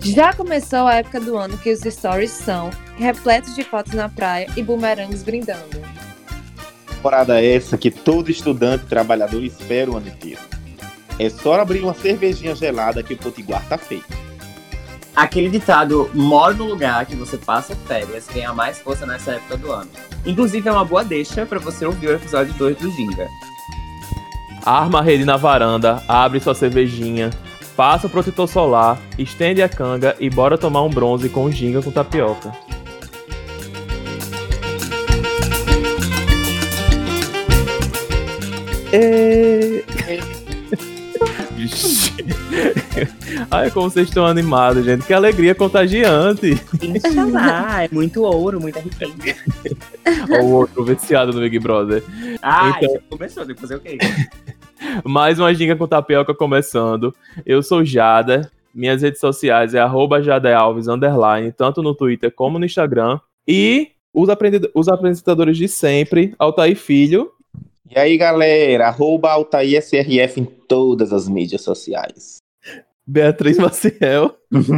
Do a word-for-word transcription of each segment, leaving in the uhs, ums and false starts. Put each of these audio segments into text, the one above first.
Já começou a época do ano que os stories são repletos de fotos na praia e bumerangues brindando. Temporada essa que todo estudante e trabalhador espera o ano inteiro. É só abrir uma cervejinha gelada que o potiguar tá feito. Aquele ditado, mora no lugar que você passa férias, ganha mais força nessa época do ano. Inclusive é uma boa deixa para você ouvir o episódio dois do Ginga. Arma a rede na varanda, abre sua cervejinha, passa o protetor solar, estende a canga e bora tomar um bronze com ginga com tapioca. E... Ai, como vocês estão animados, gente. Que alegria contagiante. Ah, é muito ouro, muita riqueza. Olha o outro viciado do Big Brother. Ah, então... já começou, tem que fazer o quê? Mais uma ginga com tapioca começando. Eu sou Jada. Minhas redes sociais é arroba jadealves, underline, tanto no Twitter como no Instagram. E os, aprended- os apresentadores de sempre, Altair Filho. E aí, galera, arroba Altair S R F em todas as mídias sociais. Beatriz Maciel.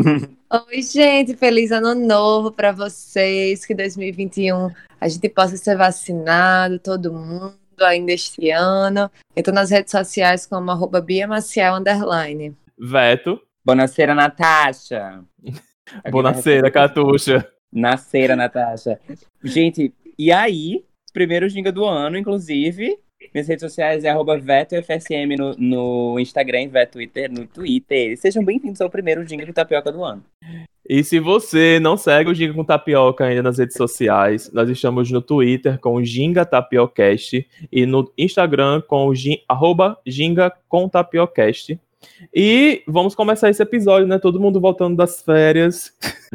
Oi, gente, feliz ano novo pra vocês, que dois mil e vinte e um a gente possa ser vacinado, todo mundo, ainda este ano. Eu tô nas redes sociais como arroba Bia Maciel, underline. Veto. Bonaceira, Natasha. Bonaceira, Catuxa. Nasceira, Natasha. Gente, e aí, primeiro Ginga do ano, inclusive, minhas redes sociais é arroba VetoFSM no, no Instagram, VetoTwitter no Twitter. Sejam bem-vindos ao primeiro Ginga com Tapioca do ano. E se você não segue o Ginga com Tapioca ainda nas redes sociais, nós estamos no Twitter com o Ginga Tapiocast e no Instagram com o gin, arroba Ginga com Tapiocast. E vamos começar esse episódio, né? Todo mundo voltando das férias.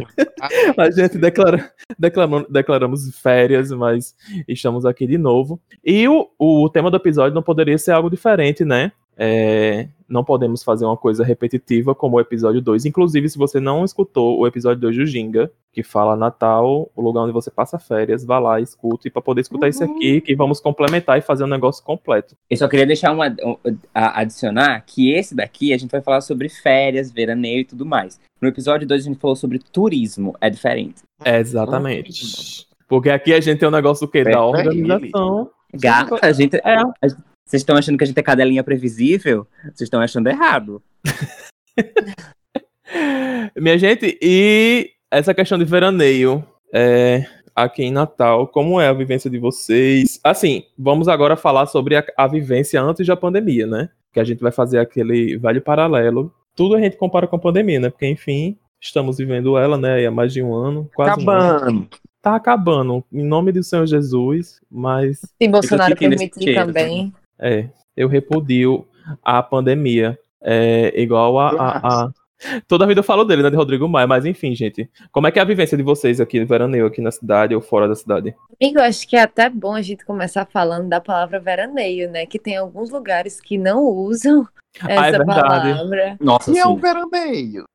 A gente declara, declaramos, declaramos férias, mas estamos aqui de novo. E o, o tema do episódio não poderia ser algo diferente, né? É, não podemos fazer uma coisa repetitiva como o episódio dois. Inclusive, se você não escutou o episódio dois do Ginga, que fala Natal, o lugar onde você passa férias, vá lá, escute, para poder escutar uhum. Isso aqui, que vamos complementar e fazer um negócio completo. Eu só queria deixar uma um, a, adicionar que esse daqui a gente vai falar sobre férias, veraneio e tudo mais. No episódio dois a gente falou sobre turismo, é diferente. É, exatamente. Porque aqui a gente tem um negócio do quê? Da organização. Gata, a gente... É. A gente Vocês estão achando que a gente é cadelinha previsível? Vocês estão achando errado. Minha gente, e essa questão de veraneio é, aqui em Natal, como é a vivência de vocês? Assim, vamos agora falar sobre a, a vivência antes da pandemia, né? Que a gente vai fazer aquele velho paralelo. Tudo a gente compara com a pandemia, né? Porque, enfim, estamos vivendo ela, né? Há mais de um ano. Quase Acabando. Um ano. Tá acabando, em nome do Senhor Jesus, mas... Se Bolsonaro permitir também... É, eu repudio a pandemia. É igual a, a, a... Toda a vida eu falo dele, né, de Rodrigo Maia, mas enfim, gente. Como é que é a vivência de vocês aqui no veraneio, aqui na cidade ou fora da cidade? Amigo, eu acho que é até bom a gente começar falando da palavra veraneio, né? Que tem alguns lugares que não usam essa ah, é palavra. Nossa, e é o veraneio?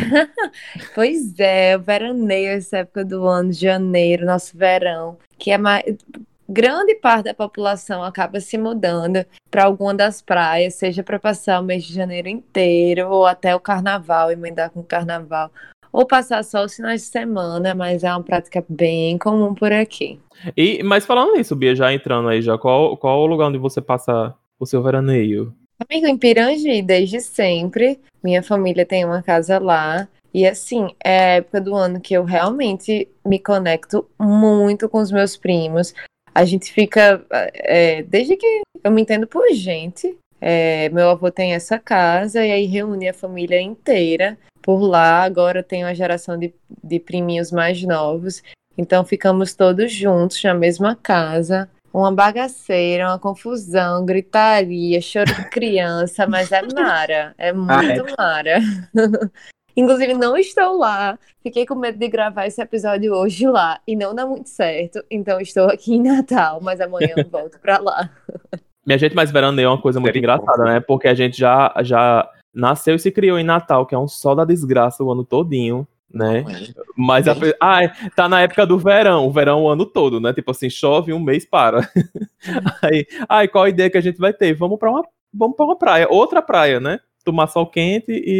Pois é, o veraneio, essa época do ano, janeiro, nosso verão, que é mais... Grande parte da população acaba se mudando para alguma das praias, seja para passar o mês de janeiro inteiro, ou até o carnaval, emendar com o carnaval, ou passar só os finais de semana, mas é uma prática bem comum por aqui. E, mas falando nisso, Bia, já entrando aí, já, qual, qual o lugar onde você passa o seu veraneio? Amigo, em Pirangi, desde sempre, minha família tem uma casa lá, e assim, é a época do ano que eu realmente me conecto muito com os meus primos. A gente fica, é, desde que eu me entendo por gente, é, meu avô tem essa casa e aí reúne a família inteira por lá. Agora tem uma geração de, de priminhos mais novos, então ficamos todos juntos na mesma casa. Uma bagaceira, uma confusão, gritaria, choro de criança, mas é mara, é muito ah, é. mara. Inclusive, não estou lá. Fiquei com medo de gravar esse episódio hoje lá. E não dá muito certo. Então, estou aqui em Natal. Mas amanhã eu volto pra lá. Minha gente, mas veraneio é uma coisa muito engraçada, né? Porque a gente já, já nasceu e se criou em Natal, que é um sol da desgraça o ano todinho, né? Mas, a... ah, tá na época do verão. O verão o ano todo, né? Tipo assim, chove um mês, para. Aí, ai, qual a ideia que a gente vai ter? Vamos pra uma, vamos pra uma praia. Outra praia, né? Tomar sol quente e...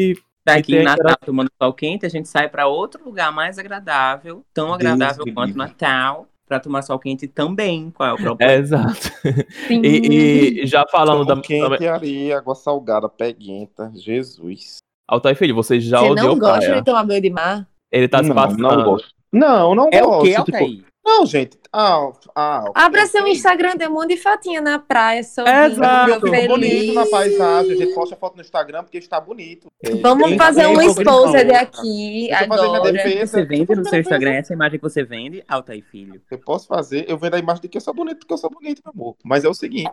Tá E aqui tem em a Natal interação. tomando sol quente, a gente sai pra outro lugar mais agradável, tão Deus agradável me quanto livre. Natal, pra tomar sol quente também. Qual é o É, problema? exato. Sim. E, e já falando da, Sol da, quente e areia, água salgada, peguenta. Jesus. Altair Filho, você já Você odiou não gosta praia. de tomar banho de mar? Ele tá se Não, não passando. gosto. Não, não É o quê, gosto. Tipo, Altair? não, gente. Ah, ah, Abra ok, seu ok. Instagram, tem um monte de fotinha na praia, Mas porque eu sorrindo, Exato. fico bonito na feliz. paisagem. A gente posta foto no Instagram porque está bonito. É, Vamos tem nada a fazer ver um uma coisa com a exposed outra. aqui Deixa eu fazer minha agora. Esse que você defesa. Deixa eu vende fazer no minha seu Instagram, defesa. essa imagem que você vende, Altair Filho. Eu posso fazer, eu vendo a imagem de que eu sou bonito, porque eu sou bonito, meu amor. Mas é o seguinte.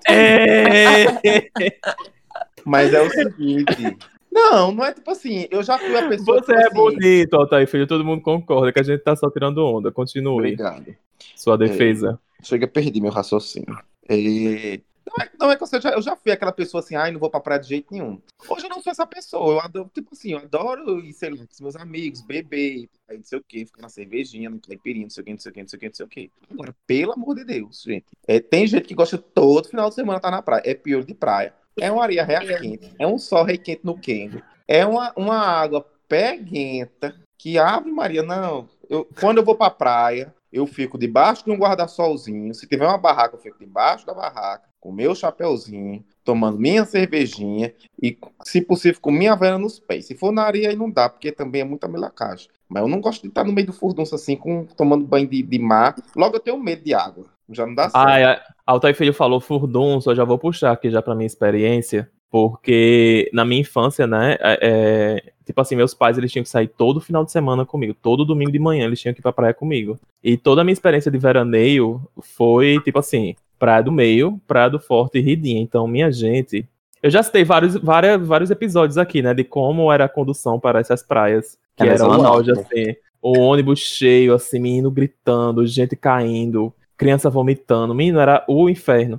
É... Mas é o seguinte. Não, não é tipo assim. Eu já fui a pessoa, Você tipo é assim. bonito, Altair Filho. Todo mundo concorda que a gente tá só tirando onda. Continue. Obrigado. Sua defesa. Chega, perdi meu raciocínio. É, Não é, não é que eu, seja, eu já fui aquela pessoa assim, ai, não vou pra praia de jeito nenhum. Hoje eu não sou essa pessoa. Eu adoro, tipo assim, eu adoro ir, sei lá, com os meus amigos, beber, aí não sei o quê, ficar na cervejinha, no caipirinha, não sei o quê, não sei o quê, não sei o quê, não sei o quê. Agora, pelo amor de Deus, gente. É, tem gente que gosta todo final de semana estar na praia. É pior de praia. É uma areia reia quente. É um sol rei quente no Kengo. É uma, uma água peguenta que, Ave Maria, não. Eu, quando eu vou pra praia, eu fico debaixo de um guarda-solzinho. Se tiver uma barraca, eu fico debaixo da barraca, com meu chapeuzinho, tomando minha cervejinha e, se possível, com minha vela nos pés. Se for na areia, aí não dá, porque também é muita melacagem. Mas eu não gosto de estar no meio do furdunço assim, com, tomando banho de, de mar. Logo eu tenho medo de água. Já não dá certo. Ah, é, Altair Filho falou furdunço, eu já vou puxar aqui já pra minha experiência, porque na minha infância, né, é, é, tipo assim, meus pais, eles tinham que sair todo final de semana comigo, todo domingo de manhã eles tinham que ir pra praia comigo. E toda a minha experiência de veraneio foi, tipo assim, Praia do Meio, Praia do Forte e Ridinha. Então, minha gente, eu já citei vários, várias, vários episódios aqui, né, de como era a condução para essas praias, que É na era Zona um Norte, auge, assim, o ônibus cheio, assim, menino gritando, gente caindo, criança vomitando, menino, era o inferno.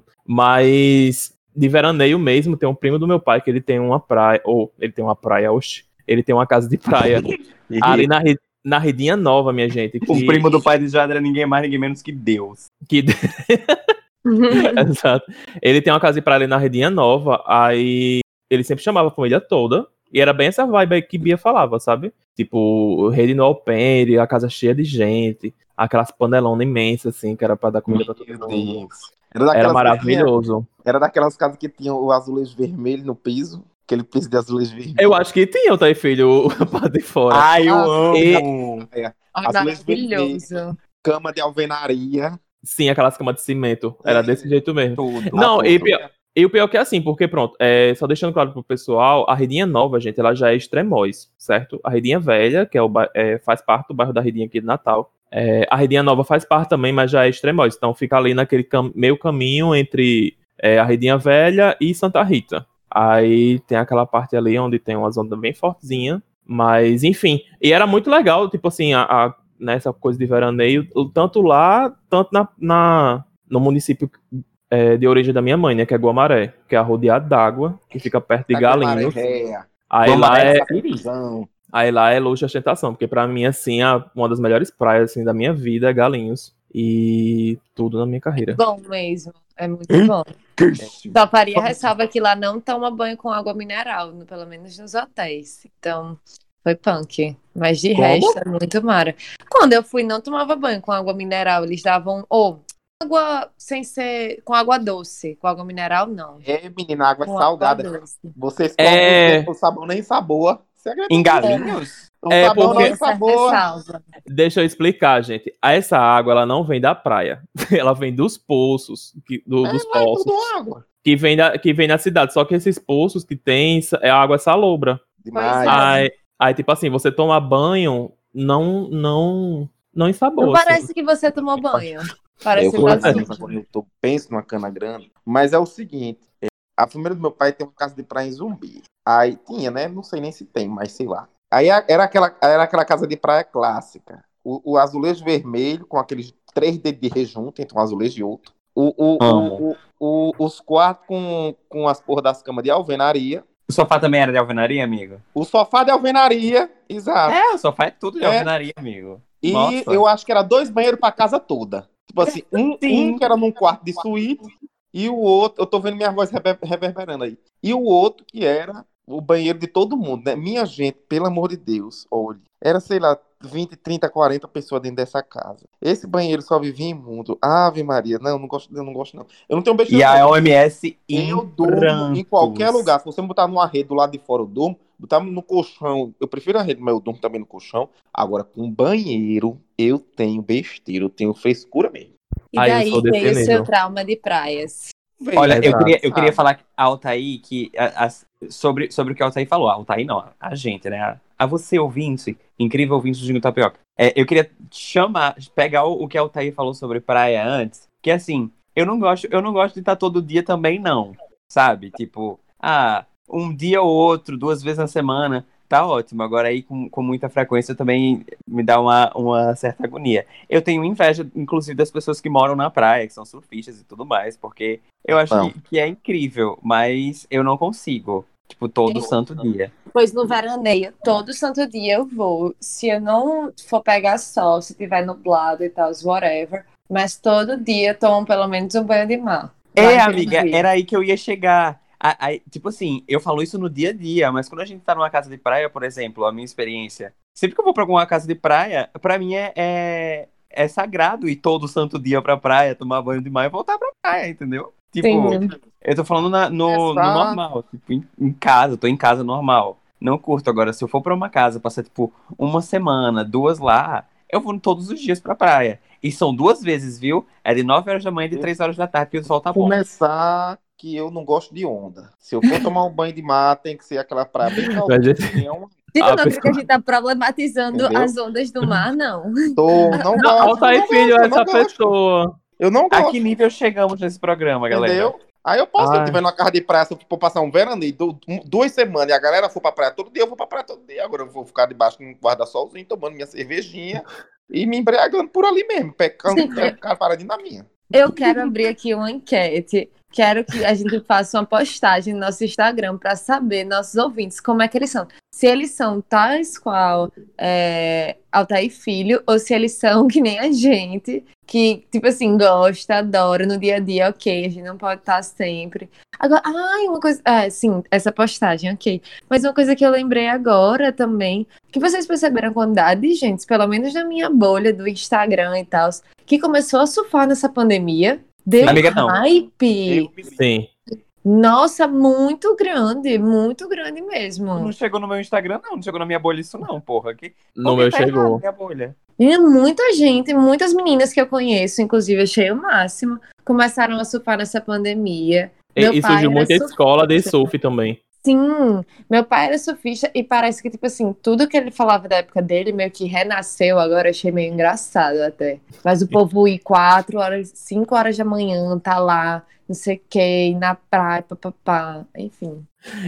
Mas de veraneio mesmo, tem um primo do meu pai que ele tem uma praia, ou ele tem uma praia, oxe, ele tem uma casa de praia ali na, Ri- na Ridinha Nova, minha gente. O Que, primo do pai de Jadra é ninguém mais, ninguém menos que Deus. que... Exato. Ele tem uma casa de praia ali na Redinha Nova, aí ele sempre chamava a família toda, e era bem essa vibe aí que Bia falava, sabe? Tipo, rede no alpendre, a casa cheia de gente, aquelas panelonas imensas, assim, que era pra dar comida pra todo Meu mundo. Deus. Era Era daquelas, que tinha, maravilhoso. era daquelas casas que tinham o azulejo vermelho no piso. Aquele piso de azulejo vermelho. Eu acho que tinha, tá aí, filho, o parte de fora. Ai, eu Ah, amo! É, Ai, azulejo vermelho, maravilhoso. cama de alvenaria. Sim, aquelas camas de cimento. Era É. desse jeito mesmo. Tudo. Não, tudo. e pior, e o pior que é assim, porque pronto, é, só deixando claro pro pessoal, a Redinha Nova, gente, ela já é Extremóis, certo? A Redinha Velha, que é o, ba- é, faz parte do bairro da Redinha aqui de Natal. É, a Redinha Nova faz parte também, mas já é Extremóis. Então fica ali naquele cam- meio caminho entre é, a Redinha Velha e Santa Rita. Aí tem aquela parte ali onde tem uma zona bem fortezinha. Mas, enfim. E era muito legal, tipo assim, a, a- nessa coisa de veraneio, tanto lá, tanto na, na- no município é, de origem da minha mãe, né? Que é Guamaré, que é rodeado d'água, que fica perto de Tá com Galinhos. maré, Aí lá, Guamaré é, é perigo. visão. aí lá é luxo e ostentação, porque pra mim, assim, a- uma das melhores praias assim, da minha vida é Galinhos. E tudo na minha carreira. Bom mesmo. É muito bom. Só faria ressalva que lá não toma banho com água mineral, no- pelo menos nos hotéis. Então, foi punk. Mas de Como? resto, é muito mara. Quando eu fui, não tomava banho com água mineral. Eles davam. Ou água sem ser. Com água doce. Com água mineral, não. É, menina, água Com salgada. água doce. Vocês É. comem o sabão nem sabor. Você acredita? Em Galinhos? O É, sabão porque- não tem Essa sabor. ressalva. Deixa eu explicar, gente. Essa água, ela não vem da praia. Ela vem dos poços, que- do- É, dos lá é poços, tudo água. que vem, da, que vem na cidade. Só que esses poços que tem, é água salobra. Demais. Pois é. Aí, aí, tipo assim, você toma banho, não, não, não ensabor, Não assim. parece que você tomou banho. Eu Parece vou na vazio. casa quando eu tô, penso numa cana grande. Mas é o seguinte: é, a família do meu pai tem uma casa de praia em Zumbi. Aí tinha, né? Não sei nem se tem, mas sei lá. Aí a- era aquela, era aquela casa de praia clássica. O, o azulejo vermelho, com aqueles três dedos de rejunto entre um azulejo e outro. O, o, Amo. o, o, o- os quartos com, com as porras das camas de alvenaria. O sofá também era de alvenaria, amigo? O sofá de alvenaria, exato. É, o sofá é tudo de É. alvenaria, amigo. E Nossa. eu acho que era dois banheiros pra casa toda. Tipo assim, um, Sim. um que era num quarto de suíte e o outro, eu tô vendo minha voz rever- reverberando aí. E o outro que era o banheiro de todo mundo, né? Minha gente, pelo amor de Deus, olha, era, sei lá, vinte, trinta, quarenta pessoas dentro dessa casa. Esse banheiro só vivia imundo. Ave Maria, não, não gosto, eu não gosto não. Eu não tenho E besteira a não. O M S em Eu durmo em qualquer prantos. lugar. Se você me botar numa rede do lado de fora, eu durmo. Botar no colchão, eu prefiro a rede, mas eu durmo também no colchão. Agora, com banheiro, eu tenho besteira, eu tenho frescura mesmo. E Aí eu daí sou desse veio o seu nível. trauma de praias. Veio, Olha, eu Exato. queria, eu queria sabe? falar a Altair que a- a- sobre, sobre o que a Altair falou. A Altair não, a, a gente, né? A, a você, ouvinte, incrível ouvinte do Gingo Tapioca. É, eu queria chamar, pegar o, o que a Altair falou sobre praia antes, que assim, eu não gosto, eu não gosto de estar todo dia também, não. Sabe? Tipo, ah, um dia ou outro, duas vezes na semana, tá ótimo. Agora aí, com, com muita frequência, também me dá uma, uma certa agonia. Eu tenho inveja, inclusive, das pessoas que moram na praia, que são surfistas e tudo mais, porque eu acho Não. que, que é incrível, mas eu não consigo. Tipo, todo santo dia. Pois no veraneio, todo santo dia eu vou. Se eu não for pegar sol, se tiver nublado e tal, whatever. Mas todo dia eu tomo pelo menos um banho de mar. Lá É, em amiga, Pirangi. era aí que eu ia chegar. A- a- tipo assim, eu falo isso no dia a dia, mas quando a gente tá numa casa de praia, por exemplo, a minha experiência, sempre que eu vou pra alguma casa de praia, pra mim é, é, é sagrado ir todo santo dia pra praia, tomar banho de mar e voltar pra praia, entendeu? Tipo, Sim. eu tô falando na- no, no Essa- normal, tipo, em, em casa, tô em casa normal. Não curto. Agora, se eu for pra uma casa, passar, tipo, uma semana, duas lá, eu vou todos os dias pra praia. E são duas vezes, viu? É de nove horas da manhã e de três horas da tarde, que o sol tá bom. Começar que eu não gosto de onda. Se eu for tomar um banho de mar, tem que ser aquela praia bem Mas calminha. esse- Tem uma- Tipo, A não acredito que a pessoa- gente tá problematizando Entendeu? as ondas do mar, não. Tô, não Não, gosto, eu Altair não Filho gosto, é eu não essa gosto. pessoa. Eu não A gosto, que nível chegamos nesse programa, galera? entendeu? Aí eu posso, se eu Ai. estiver numa casa de praia, se eu for passar um veraneio, du- duas semanas, e a galera for pra praia todo dia, eu vou pra praia todo dia. Agora eu vou ficar debaixo de um guarda-solzinho, tomando minha cervejinha e me embriagando por ali mesmo, pecando, pecando paradinho na minha. Eu quero abrir aqui uma enquete. Quero que a gente faça uma postagem no nosso Instagram para saber, nossos ouvintes, como é que eles são. Se eles são tais qual é, Altair Filho, ou se eles são que nem a gente, que, tipo assim, gosta, adora no dia a dia, ok, a gente não pode estar sempre. Agora, ai, uma coisa. É, sim, essa postagem, ok. Mas uma coisa que eu lembrei agora também, que vocês perceberam a quantidade de gente, pelo menos na minha bolha do Instagram e tal, que começou a surfar nessa pandemia. Deu Amiga, não. hype. Sim. Nossa, muito grande, muito grande mesmo. Não chegou no meu Instagram, não. Não chegou na minha bolha isso, não, porra. Que... No Por que meu tá chegou. errado minha bolha? E muita gente, muitas meninas que eu conheço, inclusive achei o máximo, começaram a surfar nessa pandemia. Meu E, e pai surgiu era muita escola de surfista. surf também. Sim, meu pai era surfista e parece que, tipo assim, tudo que ele falava da época dele meio que renasceu agora, achei meio engraçado até. Mas o povo ir quatro horas, cinco horas da manhã, tá lá, não sei o que, na praia, papapá, enfim.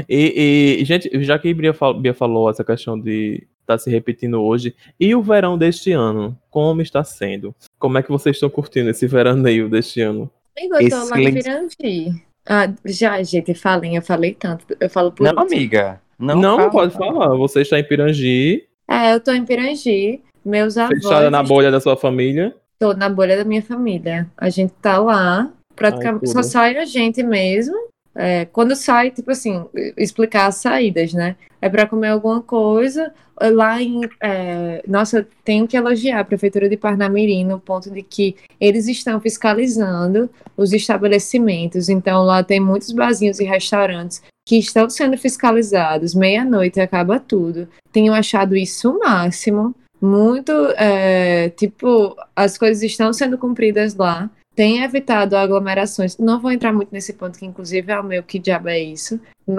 E, e, gente, já que a Bia fal- Bia falou essa questão de estar se repetindo hoje, e o verão deste ano, como está sendo? Como é que vocês estão curtindo esse veraneio deste ano? Amigo, eu tô lá em Excelente. Pirangi. Ah, já, gente, falem, eu falei tanto, eu falo por Não, último. amiga. Não, Não, fala. pode falar. Você está em Pirangi, É, eu tô em Pirangi, meus fechada avós, na bolha da sua família. tô na bolha da minha família. A gente tá lá, praticamente, Ai, só tudo. sai a gente mesmo. É, quando sai, tipo assim, explicar as saídas, né? É pra comer alguma coisa. Lá em. É, nossa, tenho que elogiar a Prefeitura de Parnamirim no ponto de que eles estão fiscalizando os estabelecimentos. Então, lá tem muitos barzinhos e restaurantes que estão sendo fiscalizados. Meia-noite acaba tudo. Tenho achado isso o máximo. Muito. É, tipo, as coisas estão sendo cumpridas lá. Tem evitado aglomerações. Não vou entrar muito nesse ponto, que inclusive é o meu que diabo é isso.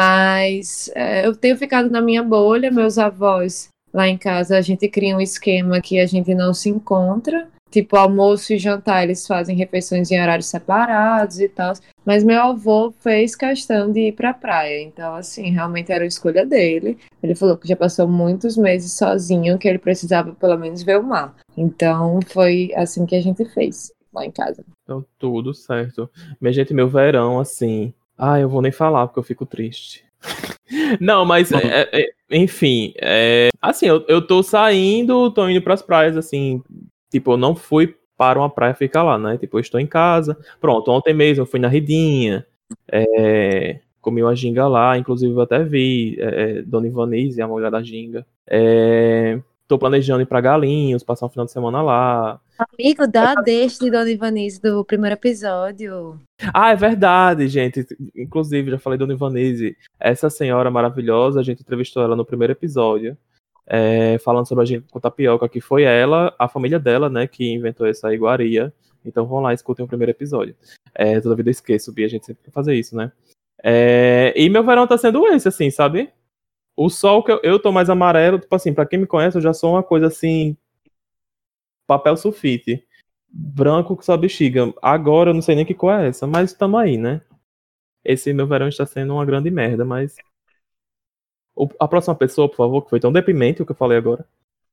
Mas é, eu tenho ficado na minha bolha. Meus avós lá em casa, a gente cria um esquema que a gente não se encontra. Tipo, almoço e jantar, eles fazem refeições em horários separados e tal. Mas meu avô fez questão de ir pra praia. Então, assim, realmente era a escolha dele. Ele falou que já passou muitos meses sozinho, que ele precisava pelo menos ver o mar. Então, foi assim que a gente fez lá em casa. Então, tudo certo. Minha gente, meu verão, assim. Ah, eu vou nem falar porque eu fico triste. Não, mas, é, é, enfim. É, assim, eu, eu tô saindo, tô indo pras praias, assim. Tipo, eu não fui para uma praia ficar lá, né? Tipo, eu estou em casa. Pronto, ontem mesmo eu fui na Ridinha. É, comi uma ginga lá, inclusive eu até vi é, Dona Ivanise, a mulher da ginga. É, tô planejando ir pra Galinhos, passar um final de semana lá. Amigo, dá deixa de Dona Ivanise do primeiro episódio. Ah, é verdade, gente. Inclusive, já falei Dona Ivanise. Essa senhora maravilhosa, a gente entrevistou ela no primeiro episódio. É, falando sobre a ginga com tapioca, que foi ela, a família dela, né, que inventou essa iguaria. Então vão lá, escutem o primeiro episódio. É, toda vida eu esqueço, Bia, a gente sempre quer fazer isso, né? É, e meu verão tá sendo esse, assim, sabe? O sol que eu, eu tô mais amarelo, tipo assim, pra quem me conhece, eu já sou uma coisa assim, papel sulfite. Branco que só bexiga. Agora eu não sei nem que cor é essa, mas tamo aí, né? Esse meu verão está sendo uma grande merda, mas... O- a próxima pessoa, por favor, que foi tão deprimente o que eu falei agora.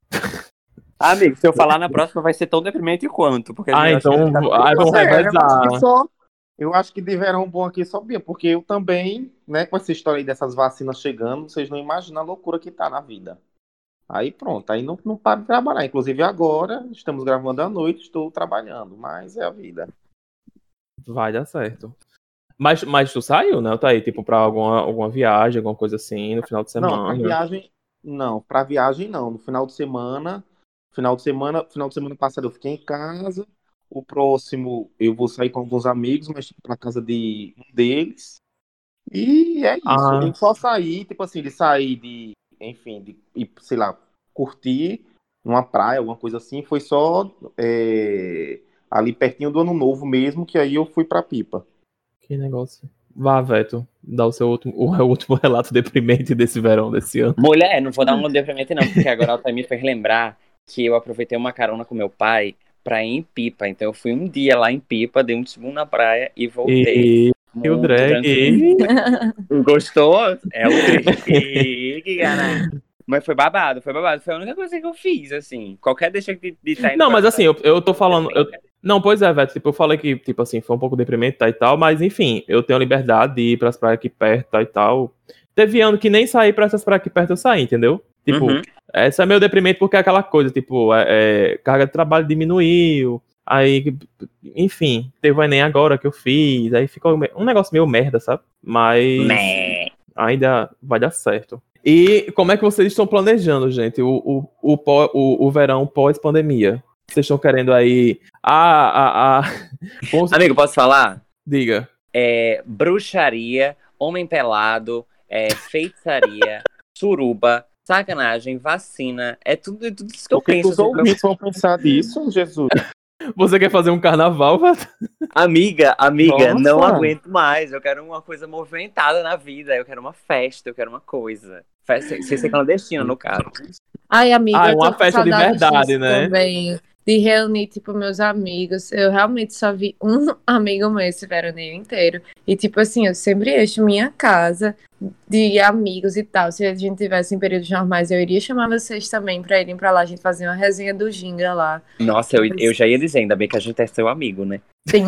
Amigo, se eu falar na próxima vai ser tão deprimente quanto? Porque a Ah, gente acho que a então, gente tá ah, vamos É, eu acho revezar. que só. Eu acho que de verão bom aqui só Bia, porque eu também, né, com essa história aí dessas vacinas chegando, vocês não imaginam a loucura que tá na vida. Aí pronto, aí não, não paro de trabalhar. Inclusive agora, estamos gravando à noite, estou trabalhando, mas é a vida. Vai dar certo. Mas, mas tu saiu, né? Tá aí, tipo, pra alguma, alguma viagem, alguma coisa assim, no final de Não, pra semana. viagem, não, pra viagem não. No final de semana, final de semana, final de semana passado eu fiquei em casa. O próximo eu vou sair com alguns amigos, mas tipo, pra casa de um deles. E é isso. Ah, Eu só saí, tipo assim, de sair de, enfim, de ir, sei lá, curtir numa praia, alguma coisa assim. Foi só é, ali pertinho do Ano Novo mesmo, que aí eu fui pra Pipa. que negócio. Vá, Veto, dá o seu último, o último relato deprimente desse verão, desse ano. Mulher, não vou dar um deprimente não, porque agora ela me fez lembrar que eu aproveitei uma carona com meu pai pra ir em Pipa. Então eu fui um dia lá em Pipa, dei um segundo na praia e voltei. E, e o Muito drag. tranquilo. Gostou? É o drink, cara. Mas foi babado, foi babado. Foi a única coisa que eu fiz, assim. Qualquer deixa de estar indo Não, pra mas assim, eu, eu tô praia, falando. eu- Não, pois é, Veto, tipo, eu falei que, tipo assim, foi um pouco deprimente tá, e tal, mas enfim, eu tenho a liberdade de ir pras praias aqui perto tá, e tal. Teve ano que nem sair pra essas praias aqui perto eu saí, entendeu? Tipo, Uhum. essa é meio deprimente porque é aquela coisa, tipo, é, é, carga de trabalho diminuiu, aí, enfim, teve o Enem agora que eu fiz, aí ficou me- um negócio meio merda, sabe? Mas Mé. ainda vai dar certo. E como é que vocês estão planejando, gente, o, o, o, pó- o, o verão pós-pandemia? Vocês estão querendo aí... Ah, ah, ah... Cons- Amigo, posso falar? Diga. É, bruxaria, homem pelado, é, feitiçaria, suruba, sacanagem, vacina. É tudo, é tudo isso que eu O que, que penso. os Assim, pra- ouvintes vão pensar disso, Jesus? Você quer fazer um carnaval, Veto? Amiga, amiga, Nossa. não aguento mais. Eu quero uma coisa movimentada na vida. Eu quero uma festa, eu quero uma coisa. Festa, sem ser clandestina, no caso. Ai, amiga, Ah, eu tô uma com festa de saudades verdade, disso né? também. De reunir, tipo, meus amigos. Eu realmente só vi um amigo meu esse veraneio inteiro. E, tipo assim, eu sempre encho minha casa de amigos e tal. Se a gente tivesse em períodos normais, eu iria chamar vocês também pra irem pra lá. A gente fazer uma resenha do Ginga lá. Nossa, eu, eu já ia dizer, ainda bem que a gente é seu amigo, né? Sim.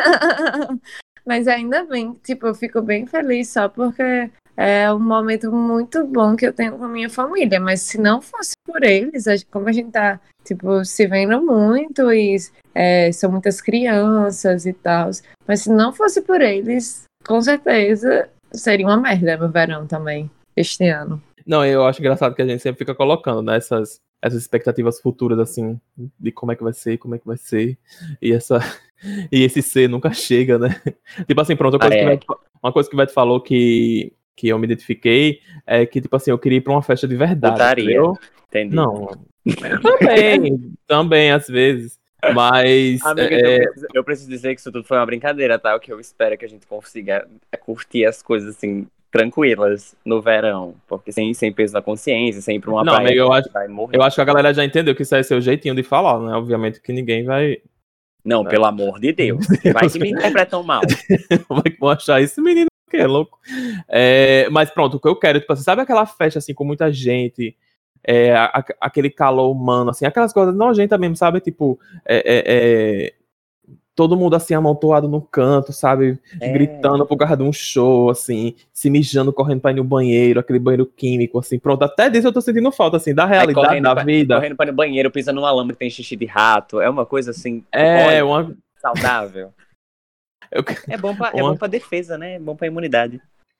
Mas ainda bem, tipo, eu fico bem feliz só porque é um momento muito bom que eu tenho com a minha família. Mas se não fosse por eles, a- como a gente tá, tipo, se vendo muito e é, são muitas crianças e tal. Mas se não fosse por eles, com certeza seria uma merda meu verão também, este ano. Não, eu acho engraçado que a gente sempre fica colocando, né, essas, essas expectativas futuras, assim, de como é que vai ser, como é que vai ser, e essa e esse ser nunca chega, né? Tipo assim, pronto, uma coisa, Ah, que, é. o Veto- uma coisa que o Veto falou que, que eu me identifiquei é que, tipo assim, eu queria ir pra uma festa de verdade, Putaria. entendeu? Entendi. Não, também, também, às vezes, mas... Amiga, é, então eu preciso, eu preciso dizer que isso tudo foi uma brincadeira, tá? O que eu espero é que a gente consiga curtir as coisas, assim, tranquilas no verão. Porque sem, sem peso na consciência, sem ir pra uma Não, praia amigo, eu que a acho- gente vai morrer. eu acho que a galera já entendeu que isso é seu jeitinho de falar, né? Obviamente que ninguém vai... Não, né? pelo amor de Deus. Vai que me interpretam mal. Vai vão achar esse menino que é louco. É, mas pronto, o que eu quero, tipo assim, sabe aquela festa assim com muita gente, é, a- a- aquele calor humano, assim, aquelas coisas nojentas mesmo, sabe? Tipo, é, é, é, todo mundo assim amontoado no canto, sabe? É. Gritando por causa de um show, assim, se mijando, correndo pra ir no banheiro, aquele banheiro químico, assim, pronto. Até disso eu tô sentindo falta, assim, da Aí realidade correndo, da pra, vida. correndo para o banheiro, pisa num alambre que tem xixi de rato. É uma coisa assim, É, olha, uma. saudável. eu- É bom pra, é Uma- bom pra defesa, né? É bom pra imunidade.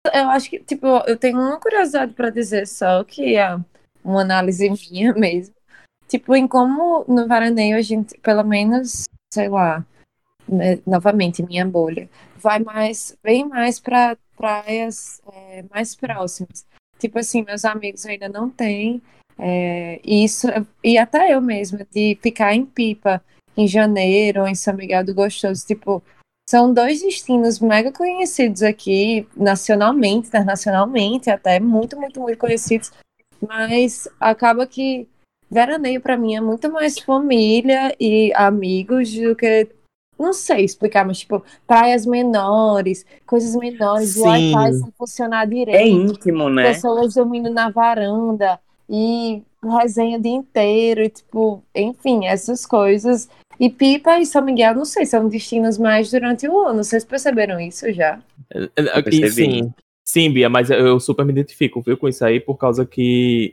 Eu acho que, tipo, eu tenho uma curiosidade pra dizer só, que é uma análise minha mesmo. Tipo, em como no veraneio a gente, pelo menos, sei lá, né, novamente, minha bolha, vai mais, bem mais pra praias é, mais próximas. Tipo assim, meus amigos ainda não têm é, isso, e até eu mesma, de ficar em Pipa em janeiro, ou em São Miguel do Gostoso, tipo, são dois destinos mega conhecidos aqui, nacionalmente, internacionalmente, até muito, muito, muito conhecidos, mas acaba que veraneio pra mim é muito mais família e amigos do que, não sei explicar, mas tipo, praias menores, coisas menores, o Wi-Fi Sim, sem funcionar É direito, íntimo, né? pessoas dormindo na varanda e resenha o dia inteiro, e tipo, enfim, essas coisas. E Pipa e São Miguel, não sei, são destinos mais durante o ano. Vocês perceberam isso já? Eu e percebi. sim, sim, Bia, mas eu super me identifico, viu, com isso aí, por causa que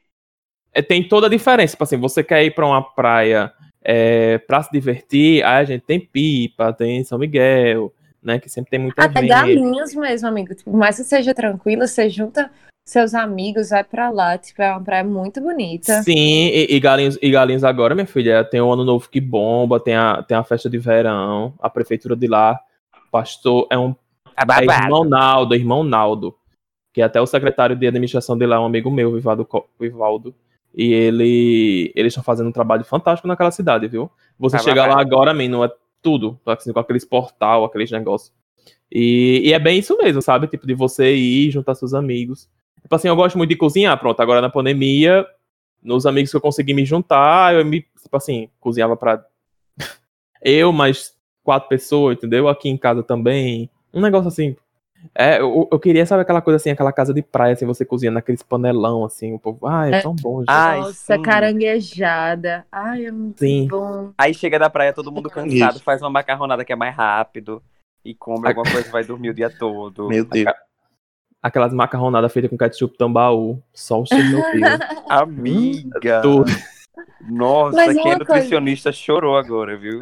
é, tem toda a diferença. Tipo assim, você quer ir pra uma praia é, pra se divertir, aí a gente tem Pipa, tem São Miguel, né, que sempre tem muito Até evento. Galinhas mesmo, amigo. Tipo, mais que seja tranquila, você junta seus amigos, vai pra lá. Tipo, é uma praia muito bonita. Sim, e, e Galinhos, e Galinhos agora, minha filha, tem o Ano Novo que bomba, tem a, tem a festa de verão, a prefeitura de lá, pastor, é um É é irmão babado. Naldo, irmão Naldo, que até o secretário de administração de lá é um amigo meu, Vivaldo, Co- Vivaldo, e ele, eles estão fazendo um trabalho fantástico naquela cidade, viu? Você É chega lá babado. agora, menino, é tudo, assim, com aqueles portal, aqueles negócios. E, e é bem isso mesmo, sabe? Tipo, de você ir juntar seus amigos. Tipo assim, eu gosto muito de cozinhar, pronto, agora na pandemia, nos amigos que eu consegui me juntar, eu me, tipo assim, cozinhava pra eu mais quatro pessoas, entendeu? Aqui em casa também. Um negócio assim. É, eu, eu queria, sabe, aquela coisa assim, aquela casa de praia, assim, você cozinha naqueles panelão, assim, o povo, ah, é É, tão bom, gente. Ai, nossa, sim. caranguejada. Ai, é muito Sim. bom. Aí chega da praia todo mundo cansado, Isso. faz uma macarronada que é mais rápido e come alguma coisa e vai dormir o dia todo. Meu Deus. Aquelas macarronadas feitas com ketchup tambaú, só o Chernobyl. Hum, Amiga! tudo. Nossa, Mas quem é uma coisa. nutricionista chorou agora, viu?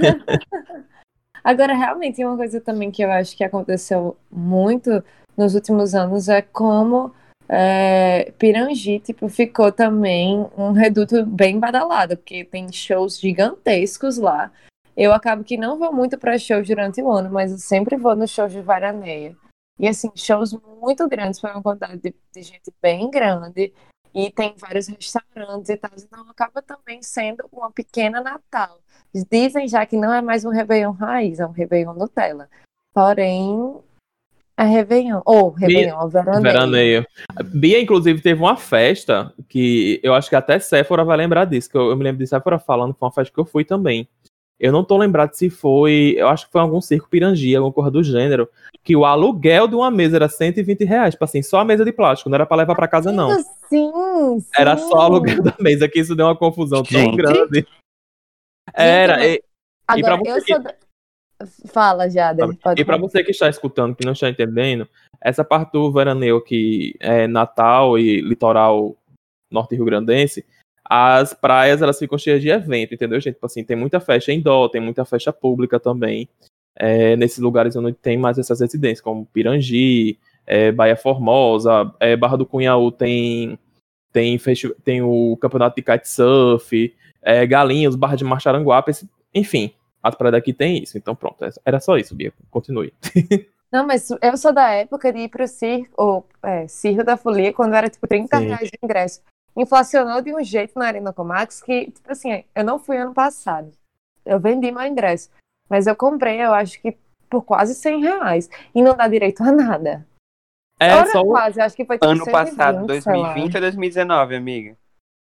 Agora, realmente, uma coisa também que eu acho que aconteceu muito nos últimos anos é como é, Pirangi, tipo, ficou também um reduto bem badalado, porque tem shows gigantescos lá. Eu acabo que não vou muito para shows durante o ano, mas eu sempre vou nos shows de veraneia. E, assim, shows muito grandes, foi uma quantidade de, de gente bem grande, e tem vários restaurantes e tal, então acaba também sendo uma pequena Natal. Dizem já que não é mais um Réveillon raiz, é um Réveillon Nutella. Porém, é Réveillon, ou Bia, Réveillon, é veraneio. veraneio. Bia, inclusive, teve uma festa que eu acho que até Séfora vai lembrar disso, que eu, eu me lembro de Séfora falando que foi uma festa que eu fui também. Eu não tô lembrado se foi, eu acho que foi algum circo Pirangi, alguma coisa do gênero, que o aluguel de uma mesa era cento e vinte reais, tipo assim, só a mesa de plástico, não era pra levar pra casa, não. Sim, Era só o aluguel sim. da mesa, que isso deu uma confusão tão Gente, grande. Gente, Era, mas e, e para agora eu você sou. que, da- Fala, Jader, pode e para falar. você que está escutando, que não está entendendo, essa parte do veraneio que é Natal e litoral norte rio-grandense, as praias elas ficam cheias de evento, entendeu, gente? Tipo assim, tem muita festa indoor, tem muita festa pública também, é, nesses lugares onde tem mais essas residências, como Pirangi, é, Baía Formosa, é, Barra do Cunhaú tem, tem, festi- tem o campeonato de kitesurf, é, Galinhos, Barra de Macharanguape, esse- enfim, as praias daqui tem isso. Então pronto, era só isso, Bia, continue. Não, mas eu sou da época de ir pro circo, ou, é, Circo da Folia, quando era tipo trinta Sim. reais de ingresso. Inflacionou de um jeito na Arena Comax que, tipo assim, eu não fui ano passado. Eu vendi meu ingresso. Mas eu comprei, eu acho que por quase cem reais. E não dá direito a nada. É Ora, só o quase, eu acho que foi tipo Ano passado, cento e vinte, sei lá. dois mil e vinte ou dois mil e dezenove, amiga?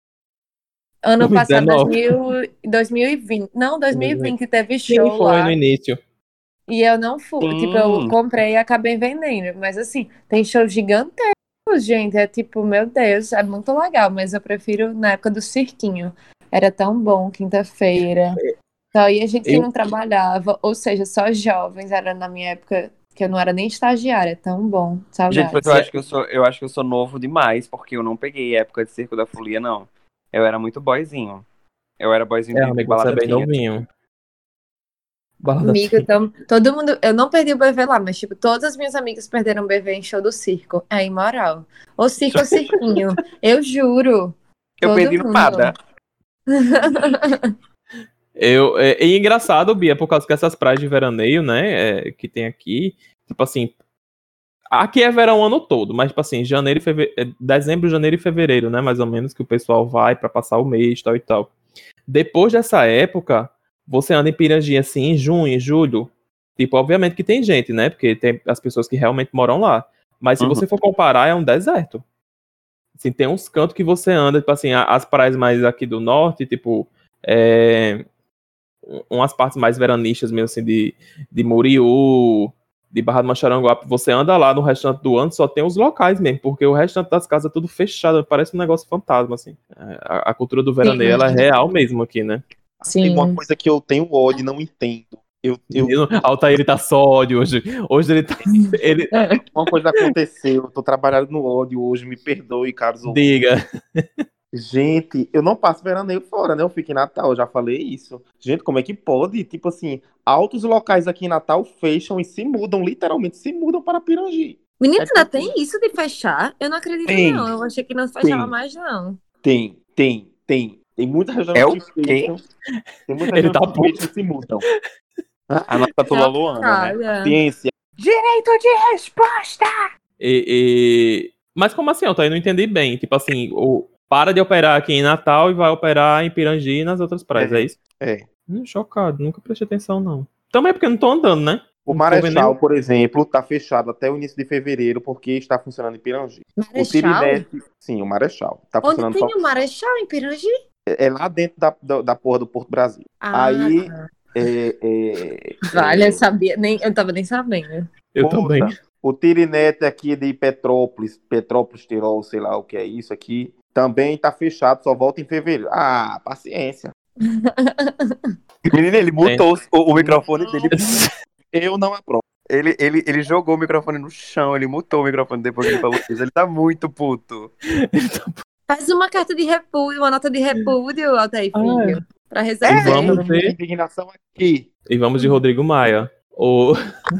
Ano passado, dois dois mil e dezenove. mil, dois mil e vinte. Não, dois mil e vinte teve Sim, show foi no lá. início. E eu não fui. Tipo, eu Sim. comprei e acabei vendendo. Mas assim, tem show gigantesco, gente. É tipo, meu Deus, é muito legal. Mas eu prefiro na época do cirquinho. Era tão bom, quinta-feira. Só ia gente que Eu, não trabalhava. Ou seja, só jovens. Era na minha época que eu não era nem estagiária. Tão bom. Gente, mas Saudades. eu acho que eu sou, eu acho que eu sou novo demais, porque eu não peguei época de Circo da Folia, não. Eu era muito boyzinho. Eu era boyzinho é, de, de amigo, você é balada bem teen. novinho. Balada Amigo, então, todo mundo. Eu não perdi o B V lá, mas, tipo, todas as minhas amigas perderam o B V em show do circo. É imoral. Ou circo ou cirquinho. Eu juro. Eu Todo perdi no mundo. nada. Eu, é, é engraçado, Bia, por causa que essas praias de veraneio, né, é, que tem aqui, tipo assim, aqui é verão o ano todo, mas, tipo assim, janeiro e fevereiro, dezembro, janeiro e fevereiro, né, mais ou menos, que o pessoal vai pra passar o mês, tal e tal. Depois dessa época, você anda em Pirangi, assim, em junho, em julho, tipo, obviamente que tem gente, né, porque tem as pessoas que realmente moram lá, mas se Uhum. você for comparar, é um deserto. Assim, tem uns cantos que você anda, tipo assim, a- as praias mais aqui do norte, tipo, é, umas partes mais veranistas mesmo, assim, de, de Muriú, de Barra do Macharanguape, você anda lá no restante do ano, só tem os locais mesmo, porque o restante das casas é tudo fechado, parece um negócio fantasma, assim. A, a cultura do veraneio, ela é real mesmo aqui, né? Tem uma Sim. coisa que eu tenho ódio e não entendo. Eu, eu, Menino, Altair, ele tá só ódio hoje. Hoje ele tá... Ele... uma coisa aconteceu, eu tô trabalhando no ódio hoje, me perdoe, caros ouvintes. Diga. Gente, eu não passo veraneio fora, né? Eu fico em Natal, eu já falei isso. Gente, como é que pode? Tipo assim, altos locais aqui em Natal fecham e se mudam, literalmente se mudam para Pirangi. Menina, É ainda tipo, tem isso de fechar? Eu não acredito, Tem. não. Eu achei que não fechava Tem. mais, não. Tem, tem, tem. Tem muitos É restaurantes o que quê? fecham. Tem muitos Ele tá restaurantes que puto. fecham e se mudam. A nossa Tula Luana, né? Chocada. Ciência. Direito de resposta! E, e- Mas como assim, Altair? Eu não entendi bem. Tipo assim, o... para de operar aqui em Natal e vai operar em Pirangi e nas outras praias, é, É, isso? é. Hum, chocado, nunca prestei atenção, não. Também é porque eu não tô andando, né? O Não tô vendo Marechal, nem... por exemplo, está fechado até o início de fevereiro porque está funcionando em Pirangi. O Marechal? Tirinete, sim, o Marechal. Tá Onde funcionando tem só. o Marechal em Pirangi? É é lá dentro da, da, da porra do Porto Brasil. Ah, Aí, tá. é, é, Vale, é, eu sabia. Nem, eu tava nem sabendo. Eu também. ouça, o Tirinete aqui de Petrópolis, Petrópolis, Tirol, sei lá o que é isso aqui, também tá fechado, só volta em fevereiro. Ah, paciência. Menino, ele mutou o, o microfone dele. Eu não aprovo. Ele, ele, ele jogou o microfone no chão, ele mutou o microfone depois que ele falou isso. Ele tá muito puto. Faz uma carta de repúdio, uma nota de repúdio, Altair Ah, Filho, pra E resolver. vamos Minha ver. indignação aqui. E vamos de Rodrigo Maia. O...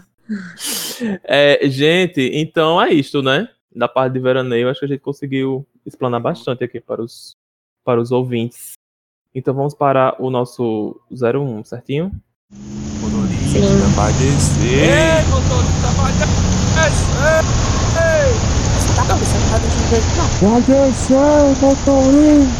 É, gente, então é isto, né? Da parte de veraneio, acho que a gente conseguiu explanar bastante aqui para os, para os ouvintes. Então vamos para o nosso zero um, certinho? Motorista vai descer. Ei, motorista vai descer. Você tá começando a fazer Vai descer, motorista.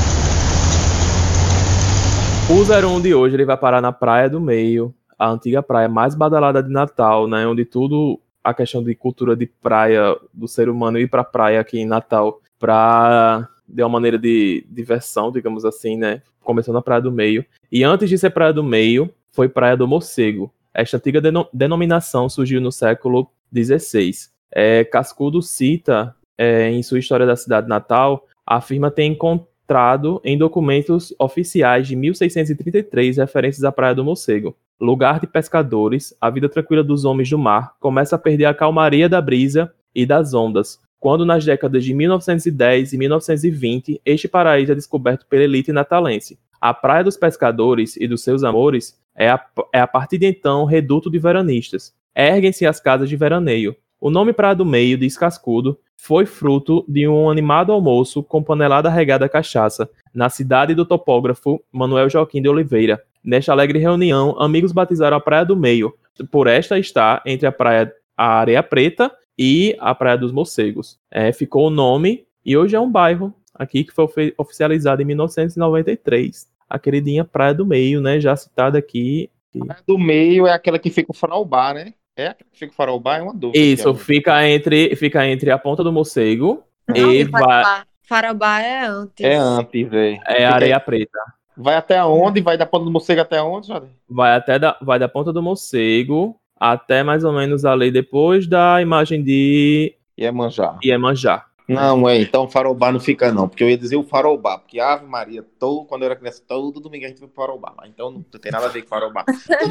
O zero um de hoje ele vai parar na Praia do Meio, a antiga praia mais badalada de Natal, né? Onde tudo, a questão de cultura de praia, do ser humano ir pra praia aqui em Natal, pra, de uma maneira de diversão, digamos assim, né? Começou na Praia do Meio. E antes de ser Praia do Meio, foi Praia do Morcego. Esta antiga deno- denominação surgiu no século dezesseis. É, Cascudo cita, é, em sua história da cidade natal, afirma ter encontrado em documentos oficiais de mil seiscentos e trinta e três referências à Praia do Morcego. Lugar de pescadores, a vida tranquila dos homens do mar começa a perder a calmaria da brisa e das ondas, quando nas décadas de mil novecentos e dez e mil novecentos e vinte este paraíso é descoberto pela elite natalense. A Praia dos Pescadores e dos seus amores é a, é a partir de então reduto de veranistas. Erguem-se as casas de veraneio. O nome Praia do Meio, diz Cascudo, foi fruto de um animado almoço com panelada regada a cachaça, na cidade do topógrafo Manuel Joaquim de Oliveira. Nesta alegre reunião, amigos batizaram a Praia do Meio. Por esta está entre a Praia a Areia Preta e a Praia dos Morcegos. É, ficou o nome e hoje é um bairro aqui que foi oficializado em mil novecentos e noventa e três. A queridinha Praia do Meio, né? Já citada aqui. A do meio é aquela que fica o farol-bar, né? É aquela que fica o farol-bar, é uma dúvida. Isso, aqui, fica entre, fica entre a Ponta do Morcego Não, e e vai, Farobá. Farobá é antes. É antes, velho. é a Areia Preta. Vai até onde? Vai da ponta do morcego até onde, Jordan? Vai até da, vai da Ponta do Morcego até mais ou menos ali depois da imagem de Iemanjá. Iemanjá. Não, é, então farol-bar não fica não, porque eu ia dizer o farol-bar, porque Ave Maria, todo, quando eu era criança, todo domingo a gente foi pro farol-bar, mas então não, não tem nada a ver com farol-bar.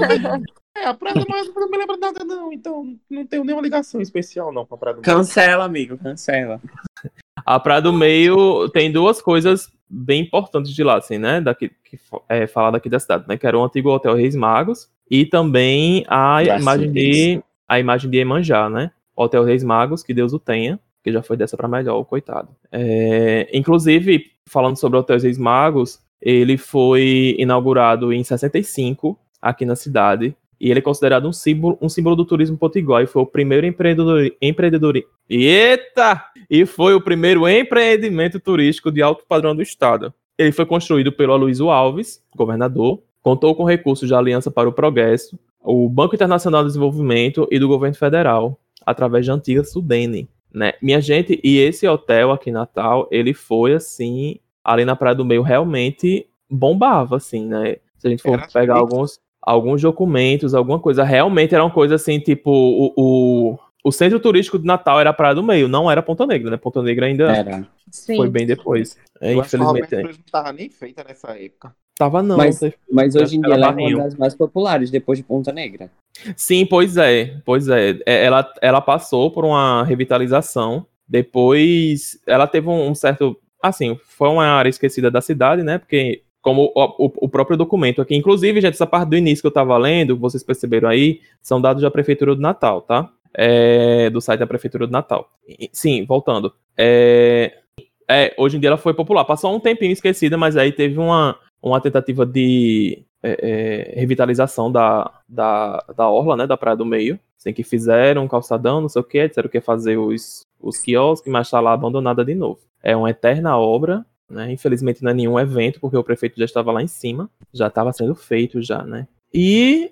É, a Praia do Meio não me lembra nada não, então não tenho nenhuma ligação especial não com a Praia do Meio. Cancela, amigo, cancela. A Praia do Meio tem duas coisas bem importantes de lá, assim, né? Daqui, que é falar daqui da cidade, né? Que era o antigo Hotel Reis Magos e também a Rest imagem in de a imagem de Iemanjá, né? Hotel Reis Magos, que Deus o tenha, que já foi dessa pra melhor, o coitado. É, inclusive, falando sobre o Hotel Reis Magos, ele foi inaugurado em sessenta e cinco aqui na cidade, e ele é considerado um símbolo, um símbolo do turismo potiguar, e foi o primeiro empreendedor, empreendedor, eita! E foi o primeiro empreendimento turístico de alto padrão do estado. Ele foi construído pelo Aloysio Alves, governador, contou com recursos da Aliança para o Progresso, o Banco Internacional de Desenvolvimento e do governo federal, através da antiga Sudene, né? Minha gente, e esse hotel aqui em Natal, ele foi, assim, ali na Praia do Meio, realmente bombava, assim, né? Se a gente for Era pegar chique. alguns, alguns documentos, alguma coisa, realmente era uma coisa assim, tipo, o, o, o centro turístico de Natal era a Praia do Meio, não era Ponta Negra, né? Ponta Negra ainda Era. Sim. foi bem depois. É, Eu acho que o Roberto infelizmente, Cruz não tava nem feita nessa época. tava não. Mas, teve- mas hoje em dia Ela ela é barrinho. uma das mais populares, depois de Ponta Negra. Sim, pois é, pois é. É, Ela, ela passou por uma revitalização, depois ela teve um, um certo, assim, foi uma área esquecida da cidade, né, porque como o, o, o próprio documento aqui, inclusive, gente, essa parte do início que eu tava lendo, vocês perceberam aí, são dados da Prefeitura do Natal, tá? É, do site da Prefeitura do Natal. E- Sim, voltando. É, é, hoje em dia ela foi popular, passou um tempinho esquecida, mas aí teve uma, uma tentativa de é, é, revitalização da, da, da orla, né, da Praia do Meio, assim, que fizeram um calçadão, não sei o que, disseram que ia fazer os, os quiosques, mas tá lá abandonada de novo. É uma eterna obra, né, infelizmente não é nenhum evento, porque o prefeito já estava lá em cima, já estava sendo feito já, né, e...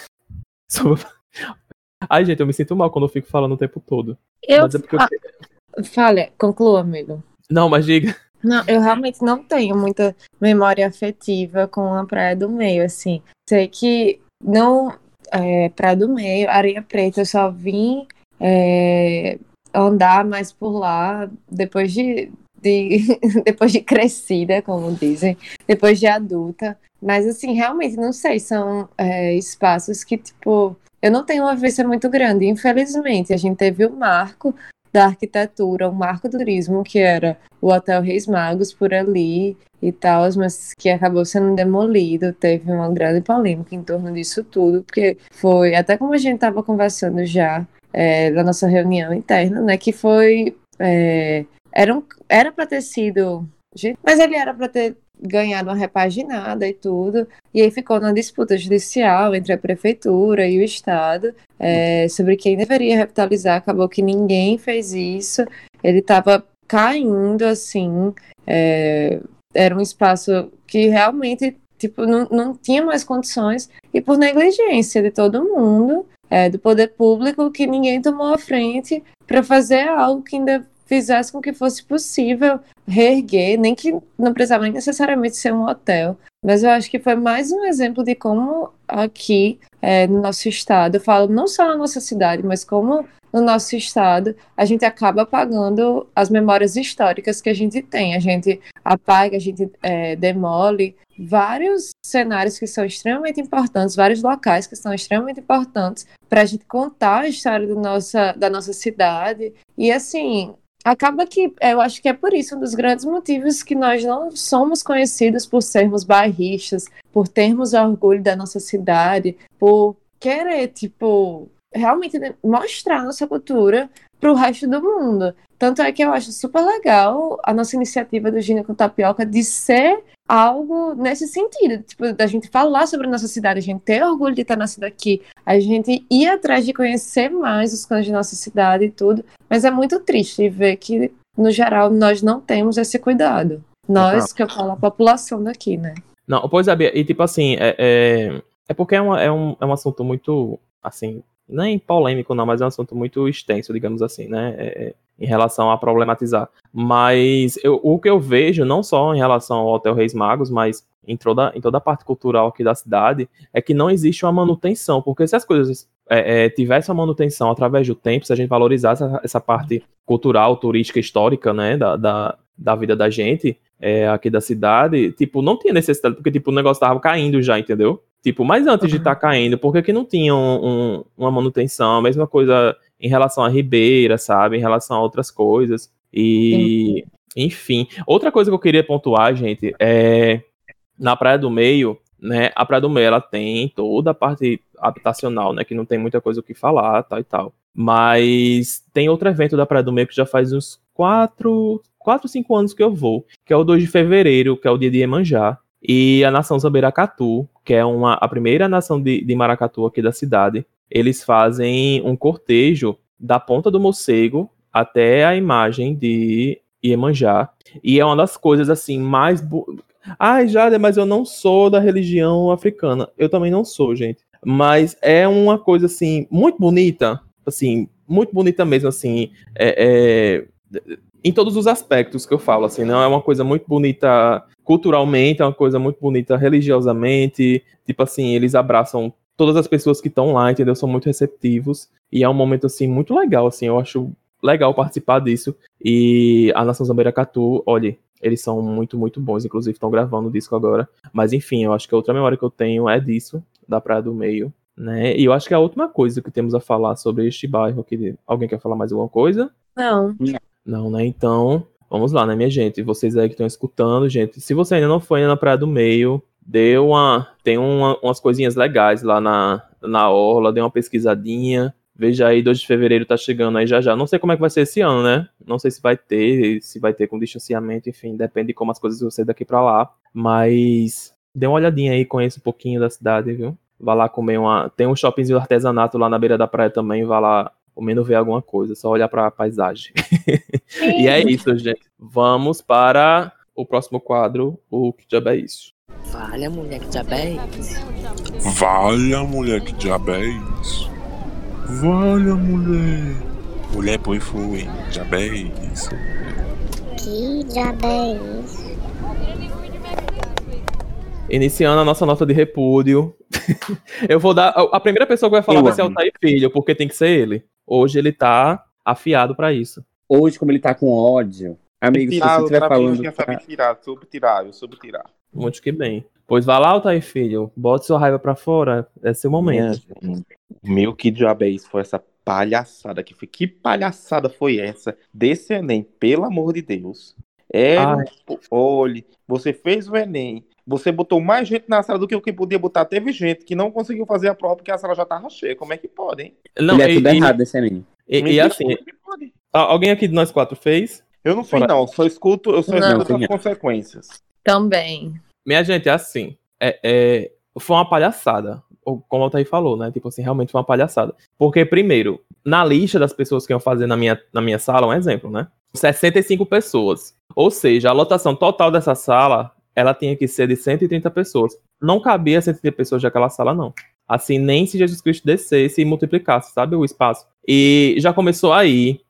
Sobre- Ai, gente, eu me sinto mal quando eu fico falando o tempo todo. Eu, Mas é porque eu... ah, fale, conclua, amigo. Não, mas diga. Não, eu realmente não tenho muita memória afetiva com a Praia do Meio, assim. Sei que não, é, Praia do Meio, Areia Preta, eu só vim é, andar mais por lá depois de, de depois de crescida, como dizem, depois de adulta. Mas, assim, realmente, não sei, são é, espaços que, tipo, eu não tenho uma vista muito grande. Infelizmente, a gente teve o marco da arquitetura, o marco do turismo, que era o Hotel Reis Magos por ali e tal, mas que acabou sendo demolido. Teve uma grande polêmica em torno disso tudo, porque foi, até como a gente estava conversando já é, na nossa reunião interna, né, que foi, é, era um, era para ter sido, mas ele era para ter ganhado uma repaginada e tudo, e aí ficou na disputa judicial entre a prefeitura e o estado é, sobre quem deveria revitalizar. Acabou que ninguém fez isso, ele estava caindo, assim, é, era um espaço que realmente, tipo, não, não tinha mais condições, e por negligência de todo mundo, é, do poder público, que ninguém tomou a frente para fazer algo que ainda fizesse com que fosse possível reerguer, nem que não precisava nem necessariamente ser um hotel, mas eu acho que foi mais um exemplo de como aqui é, no nosso estado, eu falo não só na nossa cidade, mas como no nosso estado a gente acaba apagando as memórias históricas que a gente tem, a gente apaga, a gente é, demole vários cenários que são extremamente importantes, vários locais que são extremamente importantes para a gente contar a história do nossa, da nossa cidade, e assim, acaba que, eu acho que é por isso um dos grandes motivos que nós não somos conhecidos por sermos bairristas, por termos orgulho da nossa cidade, por querer, tipo, realmente mostrar nossa cultura para o resto do mundo. Tanto é que eu acho super legal a nossa iniciativa do Ginga com Tapioca de ser algo nesse sentido, tipo, da gente falar sobre a nossa cidade, a gente ter orgulho de estar nascido aqui, a gente ir atrás de conhecer mais os cantos de nossa cidade e tudo, mas é muito triste ver que, no geral, nós não temos esse cuidado. Nós, que eu falo, a população daqui, né? Não, pois é, Bia, e tipo assim, é, é, é porque é, uma, é, um, é um assunto muito, assim, nem polêmico não, mas é um assunto muito extenso, digamos assim, né, é, em relação a problematizar. Mas eu, o que eu vejo, não só em relação ao Hotel Reis Magos, mas em toda, em toda a parte cultural aqui da cidade, é que não existe uma manutenção, porque se as coisas é, é, tivessem uma manutenção através do tempo, se a gente valorizasse essa, essa parte cultural, turística, histórica, né, da, da, da vida da gente, é, aqui da cidade, tipo, não tinha necessidade, porque tipo, o negócio tava caindo já, entendeu? Tipo, mas antes de estar tá caindo, por que que não tinha um, um, uma manutenção? A mesma coisa em relação à Ribeira, sabe? Em relação a outras coisas. E, enfim. Outra coisa que eu queria pontuar, gente, é na Praia do Meio, né? A Praia do Meio, ela tem toda a parte habitacional, né? Que não tem muita coisa o que falar, tal e tal. Mas tem outro evento da Praia do Meio que já faz uns quatro, quatro, cinco anos que eu vou, que é o dois de fevereiro, que é o dia de Iemanjá. E a nação Zambeiracatu, que é uma, a primeira nação de, de maracatu aqui da cidade, eles fazem um cortejo da Ponta do Morcego até a imagem de Iemanjá. E é uma das coisas, assim, mais... Bu... Ai, Jade, mas eu não sou da religião africana. Eu também não sou, gente. Mas é uma coisa, assim, muito bonita. Assim, muito bonita mesmo, assim. É, é... Em todos os aspectos que eu falo, assim, não é uma coisa muito bonita culturalmente, é uma coisa muito bonita religiosamente. Tipo assim, eles abraçam todas as pessoas que estão lá, entendeu? São muito receptivos. E é um momento, assim, muito legal, assim. Eu acho legal participar disso. E a Nação Zambeiracatu, olha, eles são muito, muito bons. Inclusive, estão gravando o disco agora. Mas, enfim, eu acho que a outra memória que eu tenho é disso, da Praia do Meio, né? E eu acho que a última coisa que temos a falar sobre este bairro aqui... Alguém quer falar mais alguma coisa? Não. Não, né? Então, vamos lá, né, minha gente? Vocês aí que estão escutando, gente, se você ainda não foi na Praia do Meio, dê uma... Tem uma, umas coisinhas legais lá na, na orla, dê uma pesquisadinha. Veja aí, dois de fevereiro tá chegando aí já já. Não sei como é que vai ser esse ano, né? Não sei se vai ter, se vai ter com distanciamento, enfim, depende de como as coisas vão ser daqui pra lá. Mas dê uma olhadinha aí, conheça um pouquinho da cidade, viu? Vá lá comer uma... Tem um shoppingzinho artesanato lá na beira da praia também, vá lá ao menos ver alguma coisa, só olhar pra paisagem. E é isso, gente. Vamos para o próximo quadro, o Que Diabo é Isso? Valha, mulher, que diabo é isso? Valha, mulher, que diabo é isso? Valha, mulher. Mulher, põe fui. Diabo é isso? Que diabo é isso? Iniciando a nossa nota de repúdio. Eu vou dar... A primeira pessoa que vai falar Eu vai ser o amo. Thay Filho, porque tem que ser ele. Hoje ele tá afiado pra isso. Hoje, como ele tá com ódio, amigo, se Tirar, você eu estiver pra mim eu falando... tinha pra- sabido tirar, soube tirar, eu soube tirar. Muito que bem. Pois vai lá, Thay Filho. Bote sua raiva pra fora. É seu momento. Minha gente, Meu, que diabo é isso? Foi essa palhaçada que foi. Que palhaçada foi essa desse Enem, pelo amor de Deus? Era, Ai. um- olhe, você fez o Enem, você botou mais gente na sala do que o que podia botar. Teve gente que não conseguiu fazer a prova porque a sala já tava cheia. Como é que pode, hein? Não, Ele é e, tudo e- errado esse anime. e- Me e diz assim, como é que pode. a- alguém aqui de nós quatro fez? Eu não fiz, Fora- não. Só escuto, eu só Não. escuto Não, as consequências. Também. Minha gente, é assim. É, é, foi uma palhaçada. Ou, como o Altair falou, né? Tipo assim, realmente foi uma palhaçada. Porque, primeiro, na lista das pessoas que iam fazer na minha, na minha sala, um exemplo, né? sessenta e cinco pessoas. Ou seja, a lotação total dessa sala, ela tinha que ser de cento e trinta pessoas. Não cabia cento e trinta pessoas naquela sala, não. Assim, nem se Jesus Cristo descesse e multiplicasse, sabe, o espaço. E já começou aí.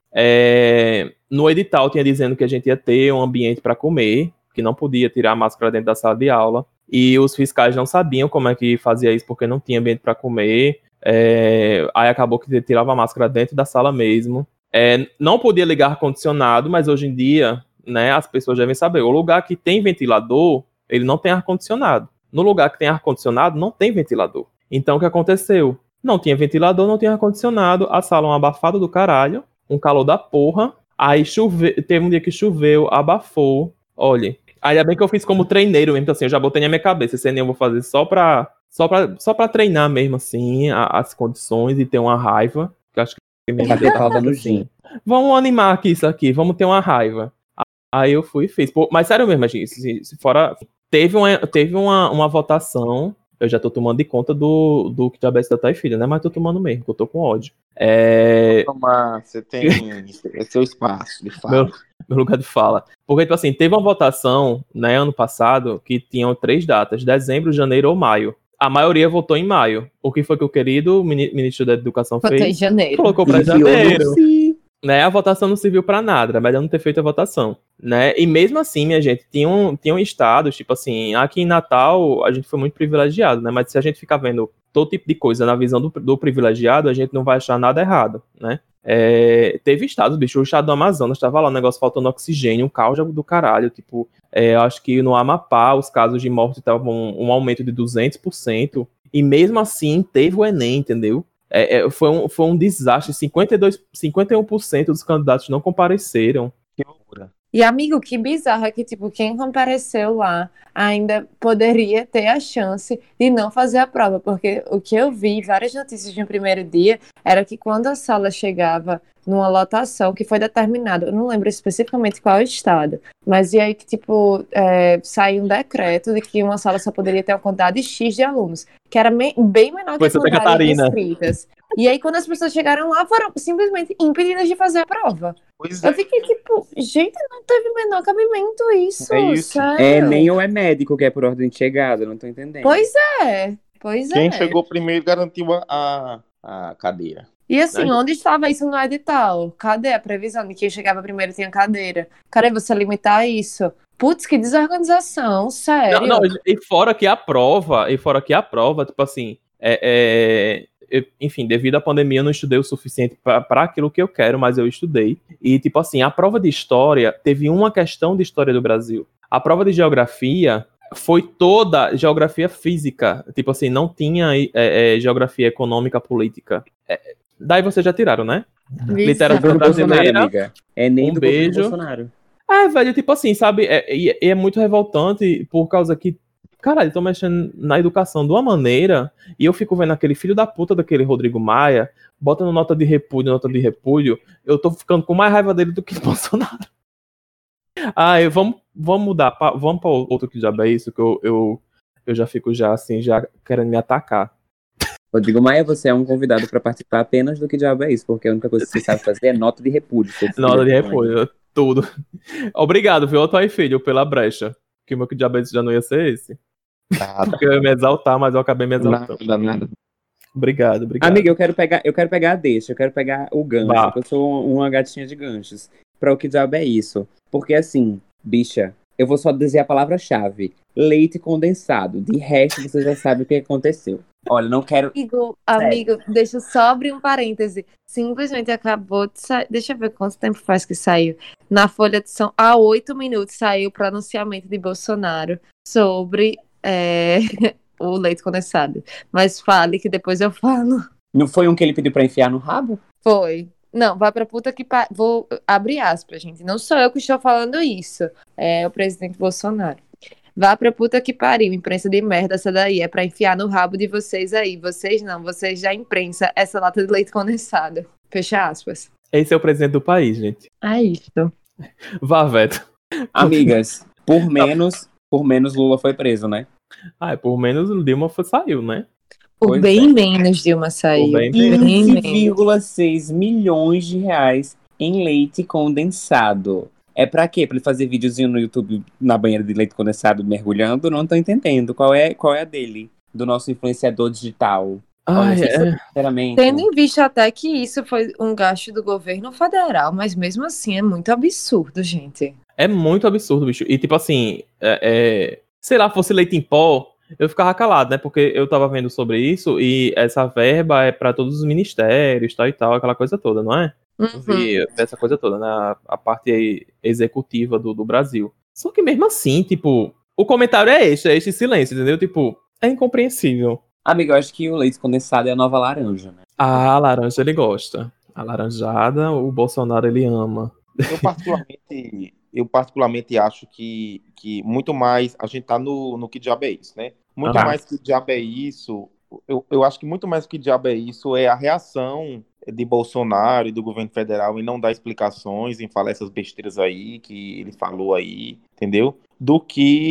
É, no edital tinha dizendo que a gente ia ter um ambiente para comer, que não podia tirar a máscara dentro da sala de aula. E os fiscais não sabiam como é que fazia isso, porque não tinha ambiente para comer. É, aí acabou que tirava a máscara dentro da sala mesmo. É, não podia ligar ar-condicionado, mas hoje em dia, né, as pessoas devem saber. O lugar que tem ventilador, ele não tem ar-condicionado. No lugar que tem ar-condicionado, não tem ventilador. Então, o que aconteceu? Não tinha ventilador, não tinha ar-condicionado, a sala uma abafada do caralho, um calor da porra. Aí chove... teve um dia que choveu, abafou. Olha, ainda bem que eu fiz como treineiro mesmo, então, assim, eu já botei na minha cabeça. Esse Enem eu vou fazer só pra, só pra, só pra treinar mesmo, assim, a- as condições e ter uma raiva. Que eu acho que mesmo Bater palma no gin. Vamos animar aqui isso aqui, vamos ter uma raiva. Aí eu fui e fiz. Pô, mas sério mesmo, gente, se, se fora... Teve, uma, teve uma, uma votação, eu já tô tomando de conta do, do que diabetes da Thay Filha, né? Mas tô tomando mesmo, porque eu tô com ódio. É... Tomar, você tem é seu espaço de fala. Meu, meu lugar de fala. Porque, tipo assim, teve uma votação, né, ano passado, que tinham três datas, dezembro, janeiro ou maio. A maioria votou em maio. O que foi que o querido mini- ministro da Educação Votou em fez? janeiro. Colocou pra Enfiou no janeiro. si. Né, a votação não serviu pra nada, melhor não ter feito a votação, né? E mesmo assim, minha gente, tinham, tinham estados, tipo assim, aqui em Natal a gente foi muito privilegiado, né? Mas se a gente ficar vendo todo tipo de coisa na visão do, do privilegiado, a gente não vai achar nada errado, né? É, teve estados, bicho, o estado do Amazonas tava lá, o negócio faltando oxigênio, um caos do caralho, tipo, é, acho que no Amapá os casos de morte estavam um, um aumento de duzentos por cento, e mesmo assim teve o Enem, entendeu? É, é, foi, um, foi um desastre. cinquenta e dois, cinquenta e um por cento dos candidatos não compareceram. Que loucura. E, amigo, que bizarro é que, tipo, quem compareceu lá ainda poderia ter a chance de não fazer a prova, porque o que eu vi, várias notícias no primeiro dia, era que quando a sala chegava numa lotação que foi determinada, eu não lembro especificamente qual estado, mas e aí que, tipo, é, saiu um decreto de que uma sala só poderia ter uma quantidade X de alunos, que era me- bem menor que Foi a Santa quantidade de Catarina. inscritas. E aí, quando as pessoas chegaram lá, foram simplesmente impedidas de fazer a prova. Pois Eu é, fiquei tipo, gente, não teve o menor cabimento isso, é isso. sério. É, nem ou é médico que é por ordem de chegada, não tô entendendo. Pois é, pois Quem é. chegou primeiro garantiu a, a, a cadeira. E assim, Né? onde estava isso no edital? Cadê a previsão de quem chegava primeiro tinha cadeira? Cadê você limitar isso? Putz, que desorganização, Não, sério. não, e fora que a prova, e fora que a prova, tipo assim, é, é, eu- enfim, devido à pandemia eu não estudei o suficiente para aquilo que eu quero, mas eu estudei. E, tipo assim, a prova de história teve uma questão de história do Brasil. A prova de geografia foi toda geografia física. Tipo assim, não tinha é, é, geografia econômica, política. É, daí vocês já tiraram, né? Bizarro. Literatura Governo Bolsonaro, brasileira. amiga. É nem Um do governo beijo. Bolsonaro. É, velho, tipo assim, sabe? É, e- e é muito revoltante por causa que, caralho, estão mexendo na educação de uma maneira, e eu fico vendo aquele filho da puta daquele Rodrigo Maia, botando nota de repúdio, nota de repúdio, eu tô ficando com mais raiva dele do que do Bolsonaro. Ah, eu, vamos, vamos mudar, pa- vamos para outro que diabo é isso, que eu, eu, eu já fico já assim, já querendo me atacar. Rodrigo Maia, você é um convidado para participar apenas do Que Diabo é Isso, porque a única coisa que você sabe fazer é nota de repúdio. seu filho Nota de da mãe. repúdio, tudo. Obrigado, viu, Otto aí, filho, pela brecha. Que o meu que diabo é esse já não ia ser esse. Nada, Porque eu ia me exaltar, mas eu acabei me exaltando. nada, nada. Obrigado, obrigado. Amiga, eu quero pegar, eu quero pegar a deixa, eu quero pegar o gancho, Vá. porque eu sou uma gatinha de ganchos. Pra o Que Diabo é Isso? Porque assim, bicha, eu vou só dizer a palavra-chave: leite condensado. De resto, você já sabe o que aconteceu. Olha, não quero. Amigo, amigo, deixa eu só abrir um parêntese. Simplesmente acabou de sair. Deixa eu ver quanto tempo faz que saiu. Na Folha de São há oito minutos saiu o pronunciamento de Bolsonaro sobre é, o leite condensado. Mas fale que depois eu falo. Não foi um que ele pediu pra enfiar no rabo? Foi. Não, vai pra puta que pariu. Vou abrir aspas, gente. Não sou eu que estou falando isso. É o presidente Bolsonaro. Vá pra puta que pariu, imprensa de merda, essa daí. É pra enfiar no rabo de vocês aí. Vocês não, vocês já imprensa essa lata de leite condensado. Fecha aspas. Esse é o presidente do país, gente. É isto. Vá, Veto. Amigas, por menos, por menos Lula foi preso, né? Ah, por menos o Dilma foi, saiu, né? Por Pois bem menos Dilma saiu. bem Bem menos. quinze menos. vírgula seis milhões de reais em leite condensado. É pra quê? Pra ele fazer videozinho no YouTube na banheira de leite condensado mergulhando? Não tô entendendo. Qual é, qual é a dele? Do nosso influenciador digital. Olha, Ai, é. sinceramente. Tendo em vista até que isso foi um gasto do governo federal, mas mesmo assim é muito absurdo, gente. É muito absurdo, bicho. E tipo assim, é, é, sei lá, fosse leite em pó, eu ficava calado, né? Porque eu tava vendo sobre isso e essa verba é pra todos os ministérios, tal e tal, aquela coisa toda, não é? Uhum. Vi essa coisa toda, né? A, a parte aí executiva do, do Brasil. Só que mesmo assim, tipo, o comentário é este, é este silêncio, entendeu? Tipo, é incompreensível. Amigo, eu acho que o leite condensado é a nova laranja, né? A laranja ele gosta. A laranjada, o Bolsonaro ele ama. Eu particularmente, eu particularmente acho que, que muito mais a gente tá no, no Que Diabo é Isso, né? Muito Ah. mais que diabo é isso, eu, eu acho que muito mais que diabo é isso é a reação de Bolsonaro e do governo federal em não dar explicações, em falar essas besteiras aí que ele falou aí, entendeu? Do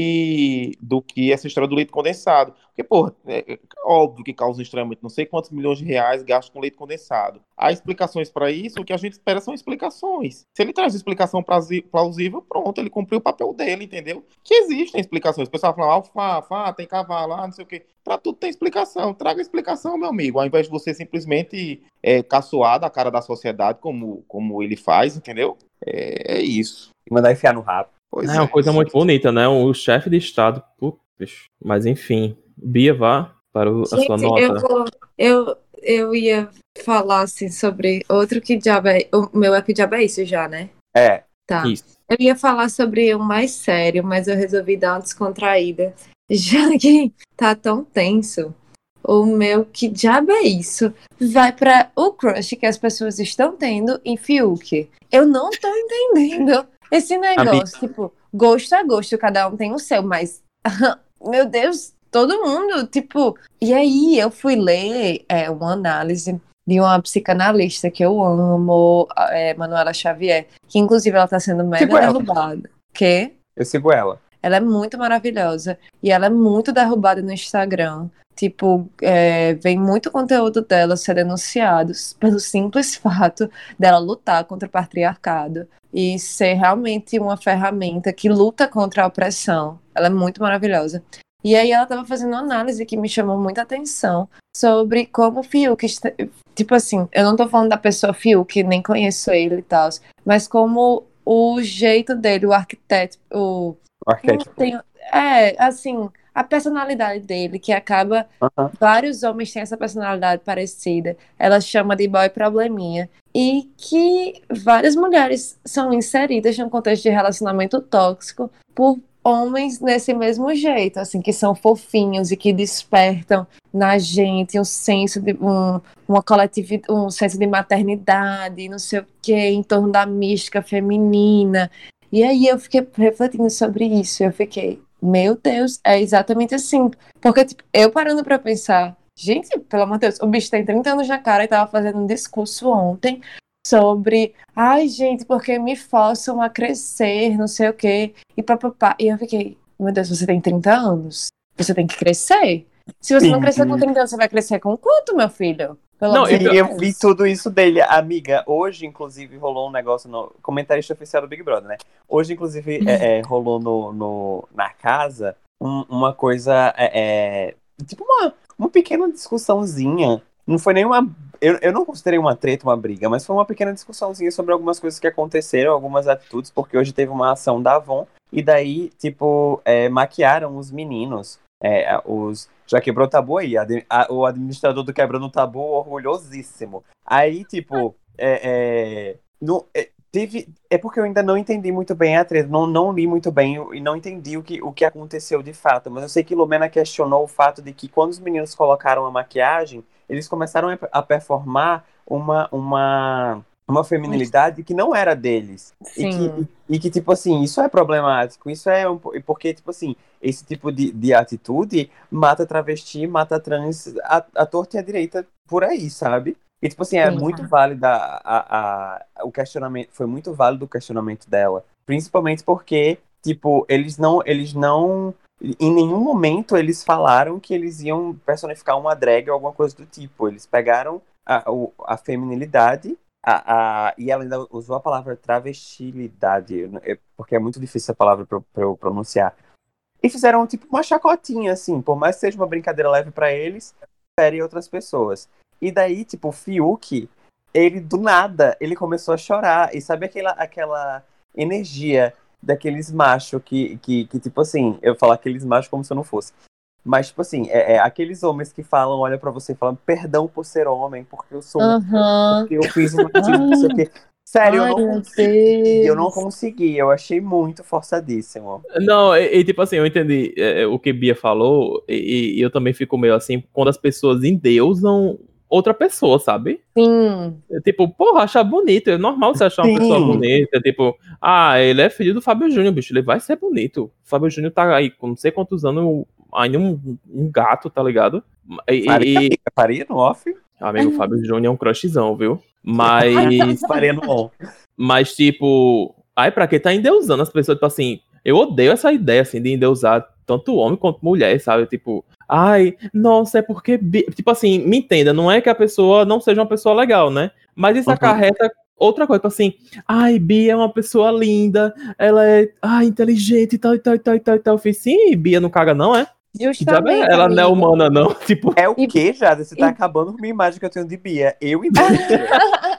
que, do que essa história do leite condensado. Porque, pô, é, é óbvio que causa um estranhamento, não sei quantos milhões de reais gastam com leite condensado. Há explicações para isso, o que a gente espera são explicações. Se ele traz explicação plausível, pronto, ele cumpriu o papel dele, entendeu? Que existem explicações. O pessoal fala, alfafa, ah, tem cavalo, ah, não sei o quê. Para tudo tem explicação. Traga explicação, meu amigo, ao invés de você simplesmente é, caçoar da cara da sociedade, como, como ele faz, entendeu? É, é isso. E mandar enfiar no rabo. Pois É uma coisa muito bonita, né? O chefe de Estado. Putz, mas enfim. Bia, vá para o- a sua Gente, nota. eu, vou, eu, eu ia falar assim sobre outro que diabo é. O meu é que diabo é isso já, né? É. Tá. Isso. Eu ia falar sobre um mais sério, mas eu resolvi dar uma descontraída. Já que tá tão tenso. O meu, que diabo é isso? Vai para o crush que as pessoas estão tendo em Fiuk. Eu não tô entendendo Esse negócio, tipo, gosto é gosto, cada um tem o seu, mas, meu Deus, todo mundo, tipo... E aí eu fui ler é, uma análise de uma psicanalista que eu amo, é, Manuela Xavier, que inclusive ela tá sendo mega Sigo ela. derrubada. Que? Eu sigo ela. Ela é muito maravilhosa e ela é muito derrubada no Instagram. Tipo, é, vem muito conteúdo dela ser denunciado pelo simples fato dela lutar contra o patriarcado e ser realmente uma ferramenta que luta contra a opressão. Ela é muito maravilhosa. E aí ela estava fazendo uma análise que me chamou muita atenção sobre como o Fiuk, está- tipo assim, eu não tô falando da pessoa Fiuk, nem conheço ele e tal, mas como o jeito dele, o arquiteto, o O arquétipo. tem, é, assim, a personalidade dele, que acaba. Aham. Vários homens têm essa personalidade parecida. Ela chama de boy probleminha. E que várias mulheres são inseridas num contexto de relacionamento tóxico por homens nesse mesmo jeito, assim, que são fofinhos e que despertam na gente um senso de um, uma coletividade, um senso de maternidade, não sei o quê, em torno da mística feminina. E aí eu fiquei refletindo sobre isso, eu fiquei, meu Deus, é exatamente assim. Porque, tipo, eu parando pra pensar, gente, pelo amor de Deus, o bicho tem trinta anos na cara e tava fazendo um discurso ontem sobre, ai, gente, porque me forçam a crescer, não sei o quê, e papapá. E eu fiquei, meu Deus, você tem trinta anos, você tem que crescer. Se você não crescer com trinta anos, você vai crescer com quanto, meu filho? Pelo Não, amor e de E Deus. eu vi tudo isso dele, amiga. Hoje, inclusive, rolou um negócio no comentarista oficial do Big Brother, né? Hoje, inclusive, é, é, rolou no, no- na casa um- uma coisa, é, é, tipo uma, uma pequena discussãozinha. Não foi nenhuma. Eu, eu não considerei uma treta, uma briga, mas foi uma pequena discussãozinha sobre algumas coisas que aconteceram, algumas atitudes, porque hoje teve uma ação da Avon, e daí, tipo, é, maquiaram os meninos. É, os, já quebrou o tabu aí. ad- a- o administrador do Quebrando o Tabu, orgulhosíssimo. Aí, tipo, é, é, no- é, teve. É porque eu ainda não entendi muito bem a treta, não, não li muito bem e não entendi o que, o que aconteceu de fato. Mas eu sei que Lumena questionou o fato de que quando os meninos colocaram a maquiagem, eles começaram a, a performar uma, uma, uma feminilidade que não era deles. E que, Sim. e, e que, tipo assim, isso é problemático. Isso é um, po- porque, tipo assim, esse tipo de, de atitude mata travesti, mata trans, a, a torta e a direita por aí, sabe? E, tipo assim, é Sim. muito válida a, a, o questionamento, foi muito válido o questionamento dela. Principalmente porque, tipo, eles não, eles não, em nenhum momento eles falaram que eles iam personificar uma drag ou alguma coisa do tipo. Eles pegaram a, o- a feminilidade, a, a, e ela ainda usou a palavra travestilidade, eu não- é- porque é muito difícil essa palavra pra eu pra eu pronunciar. E fizeram tipo uma chacotinha, assim, por mais que seja uma brincadeira leve pra eles, fere outras pessoas. E daí, tipo, o Fiuk, ele do nada, ele começou a chorar. E sabe aquela, aquela energia daqueles machos que, que, que, tipo assim, eu falo aqueles machos como se eu não fosse. Mas, tipo assim, é, é aqueles homens que falam, olha pra você e falam, perdão por ser homem, porque eu sou um, Aham. porque eu fiz um machismo, não sei o Ai, quê. Sério, eu ai, não meu consegui, eu não Deus. consegui, eu achei muito forçadíssimo. Não, e, e, tipo assim, eu entendi é, é, o que Bia falou, e, e eu também fico meio assim, quando as pessoas endeusam outra pessoa, sabe? Sim. É, tipo, porra, achar bonito, é normal você achar uma pessoa Sim. bonita, tipo, ah, ele é filho do Fábio Júnior, bicho, ele vai ser bonito. O Fábio Júnior tá aí com não sei quantos anos, ainda um, um gato, tá ligado? E, Faria, e- amiga, faria no off? amigo, o Fábio Júnior é um crushzão, viu? Mas Faria no on. Mas, tipo, ai, pra que tá endeusando as pessoas? Tipo assim, eu odeio essa ideia, assim, de endeusar tanto homem quanto mulher, sabe? Tipo, ai, nossa, é porque. Bi-" Tipo assim, me entenda, não é que a pessoa não seja uma pessoa legal, né? Mas isso Uhum. acarreta outra coisa, tipo assim, ai, Bia é uma pessoa linda, ela é, ai, inteligente e tal, e tal, e tal, e tal, e tal. Eu fiz, sim, Bia não caga, não, é? Que diabo é? Justamente, Ela não é amigo. humana, não. Tipo, É o E- que, Jada? Você tá e- acabando com a minha imagem que eu tenho de Bia. Eu inteligente.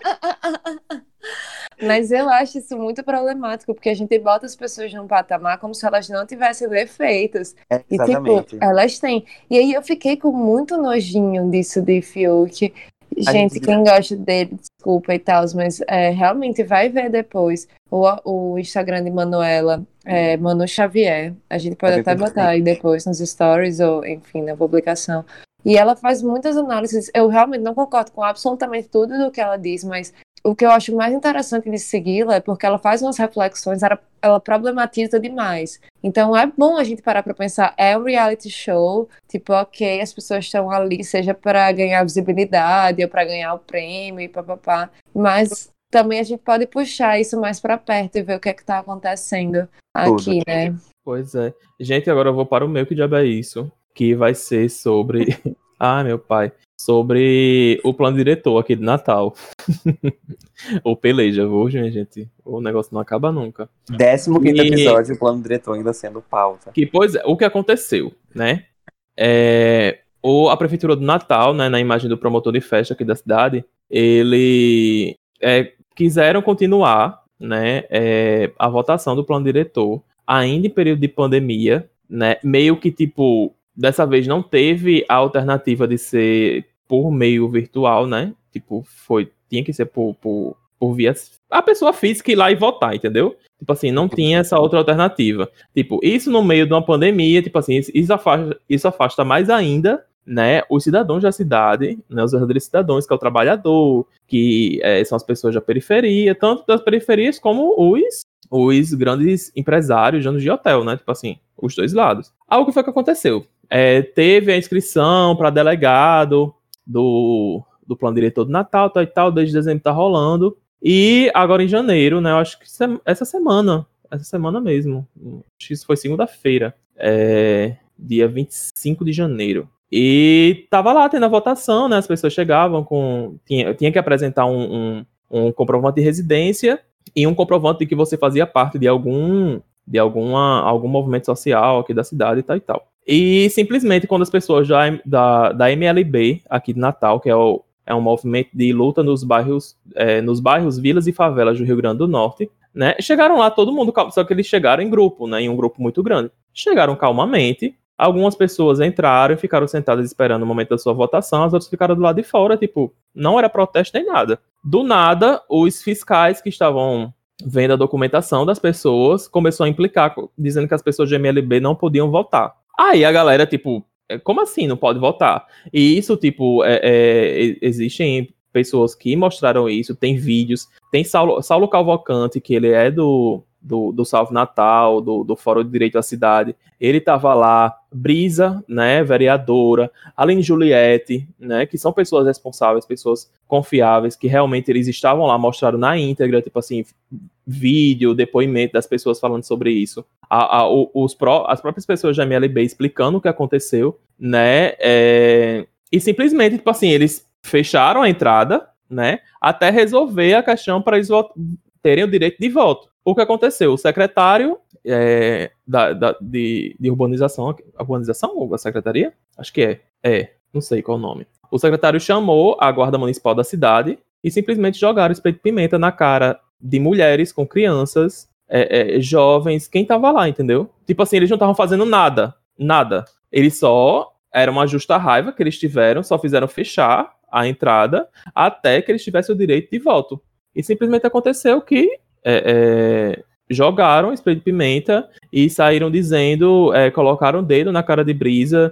Mas eu acho isso muito problemático, porque a gente bota as pessoas num patamar como se elas não tivessem defeitos. É, E, tipo, exatamente. elas têm. E aí eu fiquei com muito nojinho disso de Fiuk. A Gente, gente- quem gosta dele, desculpa e tal, mas é, realmente vai ver depois o, o Instagram de Manuela, é, Manu Xavier. A gente pode A até gente- botar aí depois nos stories ou, enfim, na publicação. E ela faz muitas análises. Eu realmente não concordo com absolutamente tudo do que ela diz, mas o que eu acho mais interessante de segui-la é porque ela faz umas reflexões, ela, ela problematiza demais. Então é bom a gente parar pra pensar, é um reality show, tipo, ok, as pessoas estão ali, seja para ganhar visibilidade ou para ganhar o prêmio e papapá, mas também a gente pode puxar isso mais pra perto e ver o que é que tá acontecendo aqui, né? Pois é. Gente, agora eu vou para o meu que diabo é isso, que vai ser sobre... ah, meu pai. Sobre o plano diretor aqui de Natal. Ou peleja, hoje, minha gente. O negócio não acaba nunca. décimo quinto E- episódio, o plano diretor ainda sendo pauta. Que, pois é, o que aconteceu, né? É, o, a prefeitura do Natal, né, na imagem do promotor de festa aqui da cidade, ele é, quiseram continuar, né, é, a votação do plano diretor, ainda em período de pandemia, né, meio que tipo, dessa vez não teve a alternativa de ser por meio virtual, né, tipo, foi, tinha que ser por, por, por via, a pessoa física ir lá e votar, entendeu? Tipo assim, não tinha essa outra alternativa. Tipo, isso no meio de uma pandemia, tipo assim, isso afasta, isso afasta mais ainda, né, os cidadãos da cidade, né, os verdadeiros cidadãos, que é o trabalhador, que é, são as pessoas da periferia, tanto das periferias como os, os grandes empresários, donos de hotel, né, tipo assim, os dois lados. Aí o que foi que aconteceu? É, teve a inscrição para delegado do, do plano diretor do Natal, tal e tal, desde dezembro tá rolando. E agora em janeiro, né? Eu acho que se- essa semana, essa semana mesmo, acho que isso foi segunda-feira, é, dia vinte e cinco de janeiro. E tava lá tendo a votação, né? As pessoas chegavam com. Tinha, tinha que apresentar um, um, um comprovante de residência e um comprovante de que você fazia parte de algum, de alguma, algum movimento social aqui da cidade e tal e tal. E simplesmente quando as pessoas da, da, da M L B aqui de Natal, que é o é um movimento de luta nos bairros, é, nos bairros, vilas e favelas do Rio Grande do Norte, né? Chegaram lá todo mundo, só que eles chegaram em grupo, né? Em um grupo muito grande. Chegaram calmamente, algumas pessoas entraram e ficaram sentadas esperando o momento da sua votação, as outras ficaram do lado de fora, tipo, não era protesto nem nada. Do nada, os fiscais que estavam vendo a documentação das pessoas começou a implicar, dizendo que as pessoas de M L B não podiam votar. Aí a galera, tipo, como assim não pode votar? E isso, tipo, é, é, existem pessoas que mostraram isso, tem vídeos, tem Saulo, Saulo Cavalcante, que ele é do, do, do Salve Natal, do, do Fórum de Direito à Cidade, ele tava lá, Brisa, né, vereadora, Aline Juliette, né, que são pessoas responsáveis, pessoas confiáveis, que realmente eles estavam lá, mostraram na íntegra, tipo assim, vídeo, depoimento das pessoas falando sobre isso. A, a, os pró, as próprias pessoas da M L B explicando o que aconteceu, né? É, e simplesmente, tipo assim, eles fecharam a entrada, né? Até resolver a questão para eles terem o direito de voto. O que aconteceu? O secretário é, da, da, de, de urbanização, urbanização ou a secretaria? Acho que é. É, não sei qual o nome. O secretário chamou a guarda municipal da cidade e simplesmente jogaram spray de pimenta na cara de mulheres com crianças, é, é, jovens, quem tava lá, entendeu? Tipo assim, eles não estavam fazendo nada, nada. Eles só, era uma justa raiva que eles tiveram, só fizeram fechar a entrada até que eles tivessem o direito de voto. E simplesmente aconteceu que é, é, jogaram spray de pimenta e saíram dizendo, é, colocaram o dedo na cara de Brisa,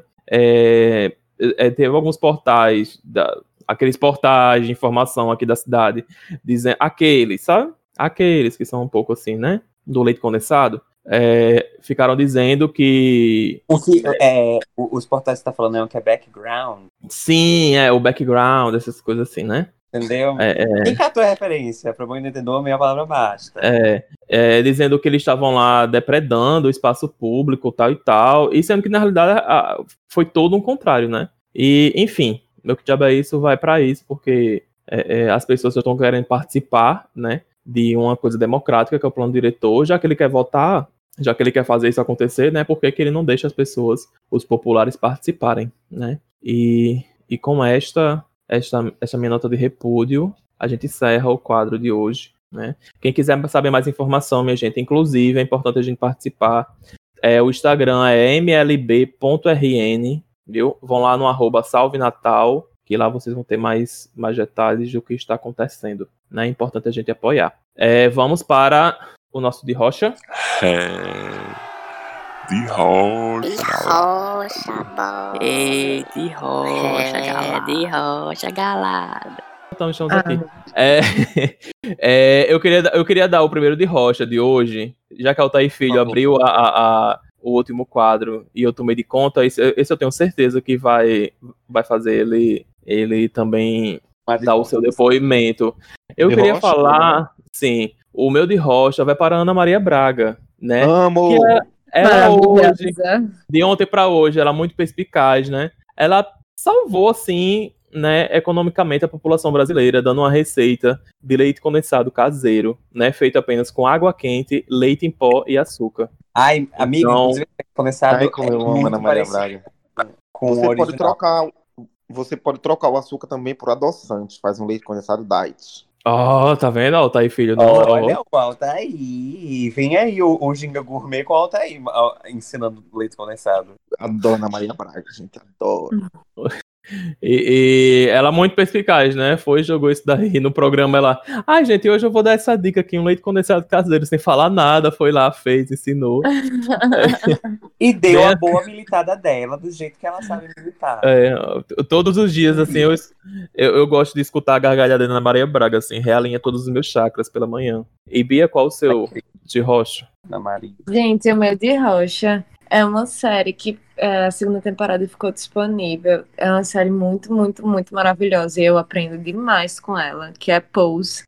é, é, teve alguns portais, da, aqueles portais de informação aqui da cidade, dizendo, aqueles, sabe? Aqueles que são um pouco assim, né? Do leite condensado, é, ficaram dizendo que... O que é, os portais que você tá falando é o que é background? Sim, é, o background, essas coisas assim, né? Entendeu? É, é, Quem catou a referência? Pra bom entendedor, meia palavra basta. é, é, dizendo que eles estavam lá depredando o espaço público, tal e tal, e sendo que na realidade a, foi todo um contrário, né? E, enfim, meu que diabo é isso, vai pra isso, porque é, é, as pessoas já estão querendo participar, né? De uma coisa democrática, que é o plano diretor, já que ele quer votar, já que ele quer fazer isso acontecer, né? Por que que ele não deixa as pessoas, os populares, participarem, né? E, e com esta, esta, esta minha nota de repúdio, a gente encerra o quadro de hoje, né? Quem quiser saber mais informação, minha gente, inclusive, é importante a gente participar. É, o Instagram é m l b ponto r n, viu? Vão lá no arroba Salve Natal, que lá vocês vão ter mais, mais detalhes do que está acontecendo. Né? É importante a gente apoiar. É, vamos para o nosso de rocha. É. De rocha. De rocha, boy. Ei, de rocha, É, galada. de rocha, galada. Então estamos aqui. É, é, eu, queria, eu queria dar o primeiro de rocha de hoje, já que Altair Filho abriu a, a, a, o último quadro e eu tomei de conta, esse, esse eu tenho certeza que vai, vai fazer ele, ele também dar o seu depoimento. Eu De queria rocha? falar, sim, o meu de rocha vai para a Ana Maria Braga, né? Amo! Que é- ela hoje, Maravilhosa. de ontem para hoje, ela é muito perspicaz, né? Ela salvou, assim, né, economicamente a população brasileira, dando uma receita de leite condensado caseiro, né, feito apenas com água quente, leite em pó e açúcar. Ai, amiga, Então- inclusive, começado Ai, como eu amo muito Ana Maria parecido Braga. com o Você pode original. trocar, você pode trocar o açúcar também por adoçante. Faz um leite condensado diet. Ó, tá vendo, Altair Filho? Não, Olha o Altair. Vem aí o, o Ginga Gourmet com o Altair ó, ensinando leite condensado. Adoro Ana Maria Braga, gente. Adoro. E, e ela é muito perspicaz, né? Foi e jogou isso daí no programa. Ela, ai, gente, hoje eu vou dar essa dica aqui: um leite condensado caseiro, sem falar nada. Foi lá, fez, ensinou. E deu Bem- a boa militada dela, do jeito que ela sabe militar. É, todos os dias, assim, eu, eu, eu gosto de escutar a gargalhada da Ana Maria Braga, assim, realinha todos os meus chakras pela manhã. E Bia, qual o seu de rocha? Ana Maria. Gente, o meu de rocha é uma série que é, a segunda temporada ficou disponível. É uma série muito, muito, muito maravilhosa. E eu aprendo demais com ela, que é Pose.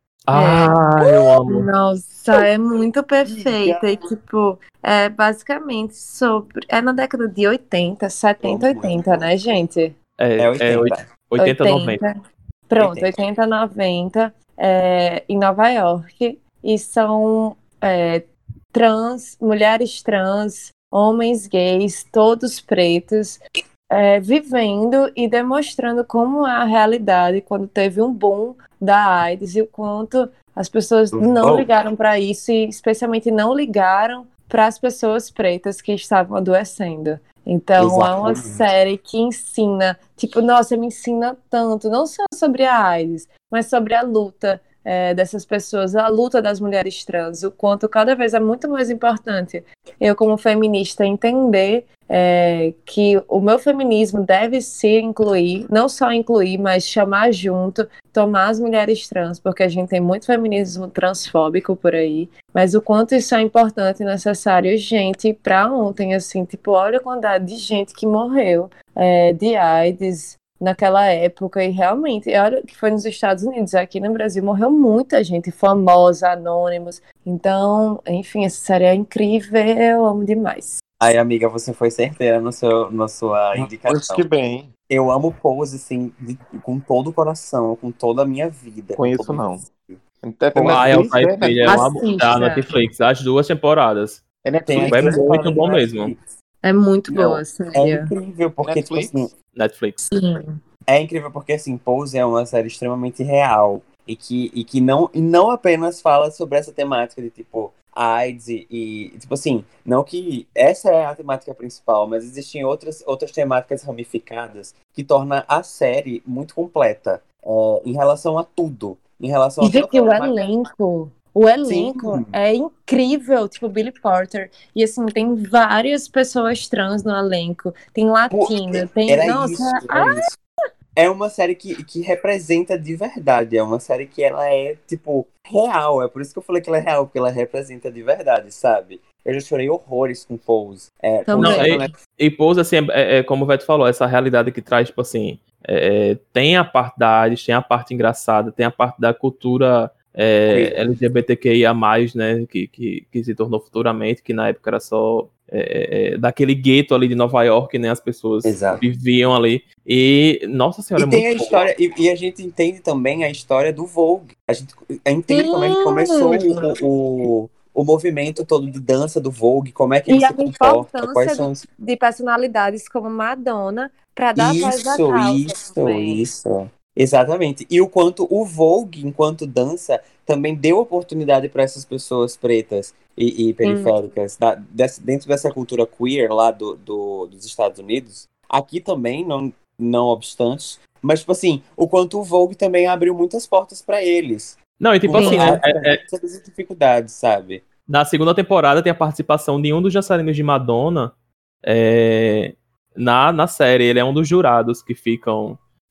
Ah, eu amo. Nossa, é muito perfeita. E, tipo, é basicamente sobre. É na década de oitenta, setenta, oitenta, né, gente? É, É é oitenta. oitenta, noventa. Pronto, oitenta. oitenta, noventa, é, em Nova York. E são é, trans, mulheres trans, homens gays, todos pretos, é, vivendo e demonstrando como é a realidade quando teve um boom da AIDS e o quanto as pessoas não Oh. ligaram para isso e especialmente não ligaram para as pessoas pretas que estavam adoecendo. Então é uma Exatamente. série que ensina, tipo, nossa, me ensina tanto, não só sobre a AIDS, mas sobre a luta é, dessas pessoas, a luta das mulheres trans, o quanto cada vez é muito mais importante eu, como feminista, entender é, que o meu feminismo deve se incluir, não só incluir, mas chamar junto, tomar as mulheres trans, porque a gente tem muito feminismo transfóbico por aí, mas o quanto isso é importante e necessário, gente, pra ontem, assim, tipo, olha a quantidade de gente que morreu é, de AIDS naquela época, e realmente, olha que foi nos Estados Unidos, aqui no Brasil morreu muita gente famosa, anônimos, então, enfim, essa série é incrível, eu amo demais. Ai, amiga, você foi certeira no seu, na sua Pois indicação. que bem. Eu amo Pose, assim, de- com todo o coração, com toda a minha vida. com Conheço todo o não. meu ser. Até Pô, Ah, é o Netflix, Altair é Filho, é uma Assista. da Netflix, as duas temporadas. É Tem Netflix, aqui É as né? muito paradas bom do mesmo. Netflix. É muito Não, boa, É sério. incrível, porque, tipo Netflix. assim, Netflix. Sim. é incrível porque, assim, Pose é uma série extremamente real e que, e que não, e não apenas fala sobre essa temática de, tipo, AIDS e, e, tipo assim, não que essa é a temática principal, mas existem outras, outras temáticas ramificadas que torna a série muito completa é, em relação a tudo. Em relação E, a toda gente, o a temática. elenco, o elenco Sim. é incrível, tipo Billy Porter. E assim, tem várias pessoas trans no elenco. Tem latina, tem. Era Nossa, isso, ah, era isso. É uma série que, que representa de verdade. É uma série que ela é, tipo, real. É por isso que eu falei que ela é real, porque ela representa de verdade, sabe? Eu já chorei horrores com Pose. É, quando Também. Não, saiu e, na Netflix. e Pose, assim, é, é como o Veto falou, essa realidade que traz, tipo assim, é, é, tem a parte da AIDS, tem a parte engraçada, tem a parte da cultura é, Queer. L G B T Q I A mais, né, que, que, que se tornou futuramente, que na época era só é, é, daquele gueto ali de Nova York, né, as pessoas Exato. viviam ali. E, nossa senhora, E é tem a muito história, e, e a gente entende também a história do Vogue. A gente entende como é que começou o, o, o movimento todo de dança do Vogue, como é que ele e se a comporta, quais importância são de, os. de personalidades como Madonna para dar voz à Isso, causa isso, também. isso. Exatamente. E o quanto o Vogue, enquanto dança, também deu oportunidade para essas pessoas pretas e, e periféricas, da, desse- dentro dessa cultura queer lá do, do- dos Estados Unidos. Aqui também, não, não obstante. Mas, tipo assim, o quanto o Vogue também abriu muitas portas para eles. Não, e tipo Com assim, Sim. é- é- é- todas as dificuldades, sabe? na segunda temporada tem a participação de um dos dançarinos de Madonna é, na, na série. Ele é um dos jurados que ficam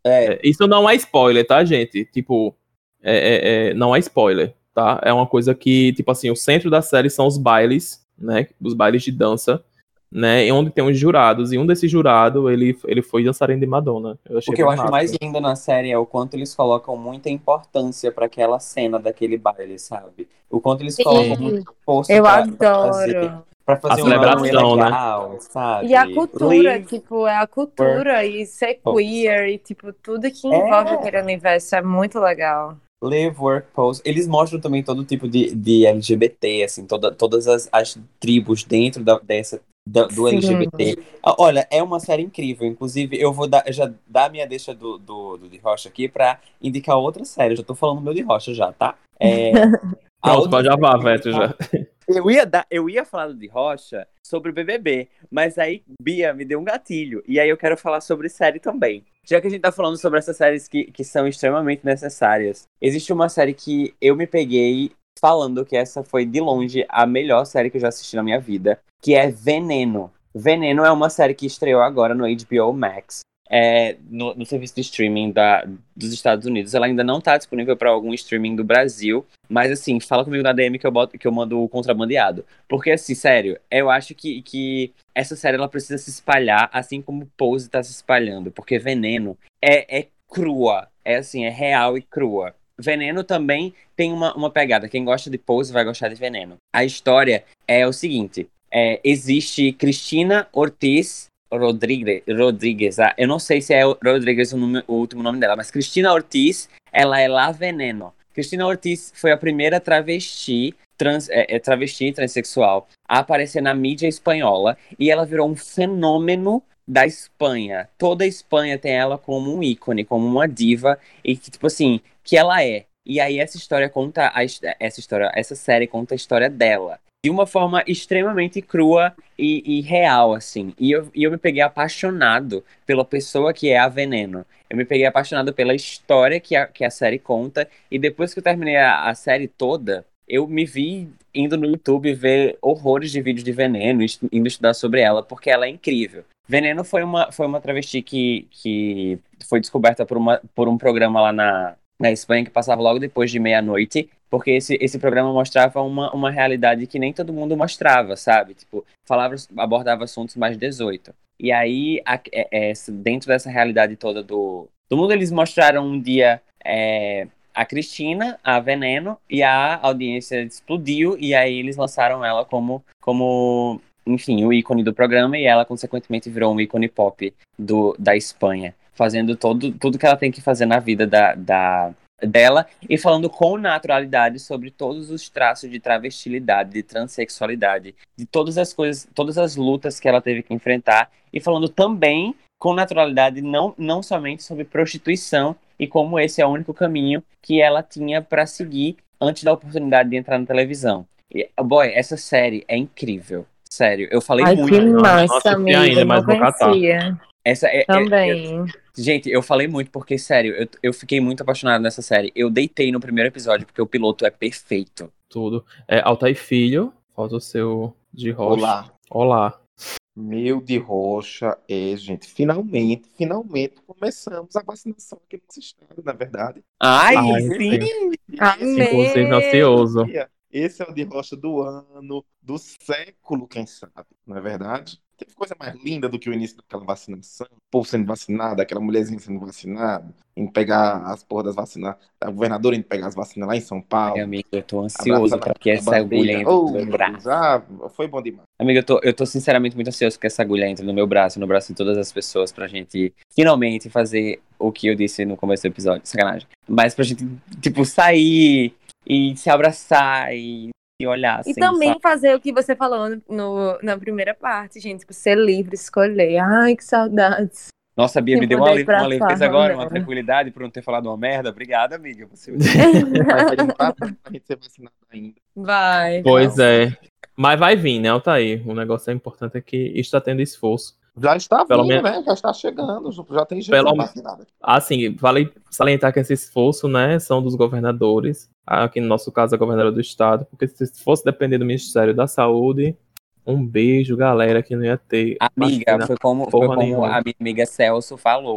É, É, isso não é spoiler, tá, gente? Tipo, é, é, é, não é spoiler, tá? É uma coisa que, tipo assim, o centro da série são os bailes, né? Os bailes de dança, né? E onde tem os jurados. E um desses jurados, ele, ele foi dançarino de Madonna. Eu o achei que eu bem acho mais massa. lindo na série é o quanto eles colocam muita importância pra aquela cena daquele baile, sabe? O quanto eles colocam Sim, muito esforço eu pra, pra fazer, adoro. pra A fazer um runway celebração, né? legal, E a sabe? cultura, Live, tipo, é a work, cultura e ser pose. queer e, tipo, tudo que envolve É, aquele universo é muito legal. live, work, pose. Eles mostram também todo tipo de, de L G B T, assim, toda, todas as, as tribos dentro da, dessa, da- do Sim. L G B T. Ah, olha, é uma série incrível. Inclusive, eu vou dar, já dar a minha deixa do, do, do de Rocha aqui pra indicar outra série. Eu já tô falando meu de Rocha já, tá? É, a Pronto, outra pode já série vá, que eu vou Veto, indicar. já. Eu ia, dar, eu ia falar do de Rocha sobre o B B B, mas aí Bia me deu um gatilho. E aí eu quero falar sobre série também. Já que a gente tá falando sobre essas séries que, que são extremamente necessárias, existe uma série que eu me peguei falando que essa foi, de longe, a melhor série que eu já assisti na minha vida, que é Veneno. Veneno é uma série que estreou agora no H B O Max. É, no, no serviço de streaming da, dos Estados Unidos. Ela ainda não tá disponível para algum streaming do Brasil. Mas assim, fala comigo na D M que eu, boto, que eu mando o contrabandeado. Porque assim, sério, eu acho que, que essa série ela precisa se espalhar assim como Pose tá se espalhando. Porque Veneno é, é crua. É assim, é real e crua. Veneno também tem uma, uma pegada. Quem gosta de Pose vai gostar de Veneno. A história é o seguinte. É, existe Cristina Ortiz Rodrigues, Rodrigues, ah, eu não sei se é Rodrigues o, nome, o último nome dela, mas Cristina Ortiz, ela é La Veneno. Cristina Ortiz foi a primeira travesti, trans, é, é, travesti transexual a aparecer na mídia espanhola e ela virou um fenômeno da Espanha. Toda a Espanha tem ela como um ícone, como uma diva e que, tipo assim, que ela é. E aí essa história conta, a, essa história, essa série conta a história dela. De uma forma extremamente crua e, e real, assim. E eu, e eu me peguei apaixonado pela pessoa que é a Veneno. Eu me peguei apaixonado pela história que a, que a série conta. E depois que eu terminei a, a série toda, eu me vi indo no YouTube ver horrores de vídeos de Veneno, est- indo estudar sobre ela, porque ela é incrível. Veneno foi uma, foi uma travesti que, que foi descoberta por, uma, por um programa lá na, na Espanha que passava logo depois de meia-noite, porque esse, esse programa mostrava uma, uma realidade que nem todo mundo mostrava, sabe? Tipo, falava, abordava assuntos mais dezoito. E aí, a- é- é, dentro dessa realidade toda do, do mundo, eles mostraram um dia é, a Cristina, a Veneno, e a audiência explodiu, e aí eles lançaram ela como, como enfim, o ícone do programa, e ela, consequentemente, virou um ícone pop do, da Espanha, fazendo todo, tudo que ela tem que fazer na vida da, da, dela, e falando com naturalidade sobre todos os traços de travestilidade, de transexualidade, de todas as coisas, todas as lutas que ela teve que enfrentar, e falando também com naturalidade, não, não somente sobre prostituição, e como esse é o único caminho que ela tinha para seguir antes da oportunidade de entrar na televisão. E, boy, essa série é incrível. Sério, eu falei Ai, muito. que Eu não massa, assisti amigo. ainda, Não mas vou catar. conhecia. Essa é, é- é- Também. gente, eu falei muito porque, sério, eu, eu fiquei muito apaixonado nessa série. Eu deitei no primeiro episódio porque o piloto é perfeito. Tudo. É, Altair Filho, falta o seu de Rocha. Olá. Olá. Meu de rocha é, gente, finalmente, finalmente começamos a vacinação aqui no nosso estado, na verdade. Ai, Ai, sim! sim. Esse, Inclusive, Amém! ansioso. esse é o de rocha do ano, do século, quem sabe, não é verdade? Teve coisa mais linda do que o início daquela vacinação, o povo sendo vacinado, aquela mulherzinha sendo vacinada, indo pegar as porras das vacinas, a governadora indo pegar as vacinas lá em São Ai, Paulo, amigo, eu tô ansioso abraçando pra a, que a essa agulha bandeira. entre no Oh, meu meu Deus, braço. ah, foi bom demais. Amigo, eu tô, eu tô sinceramente muito ansioso que essa agulha entre no meu braço, no braço de todas as pessoas, pra gente finalmente fazer o que eu disse no começo do episódio, sacanagem. Mas pra gente, tipo, sair e se abraçar e, e olhar, E assim, também sabe? fazer o que você falou no, na primeira parte, gente. Tipo, ser livre, escolher. Ai, que saudades. Nossa, Bia, Sem me deu uma, poder ir le- uma pra leveza agora, uma farra, né? tranquilidade por não ter falado uma merda. Obrigada, amiga. Você... Mas vai demorar pra gente ser vacinado ainda. Vai, Pois vai. é. Mas vai vir, né, Altair? O negócio é importante é que está tendo esforço. Já está Pelo vindo, menos, né? Já está chegando, já tem gente pelo sendo vacinada. assim, vale salientar que esse esforço, né, são dos governadores, aqui no nosso caso a governadora do estado, porque se fosse depender do Ministério da Saúde, um beijo, galera, que não ia ter Amiga, vacina foi como, foi porra como a nenhuma. minha amiga Celso falou.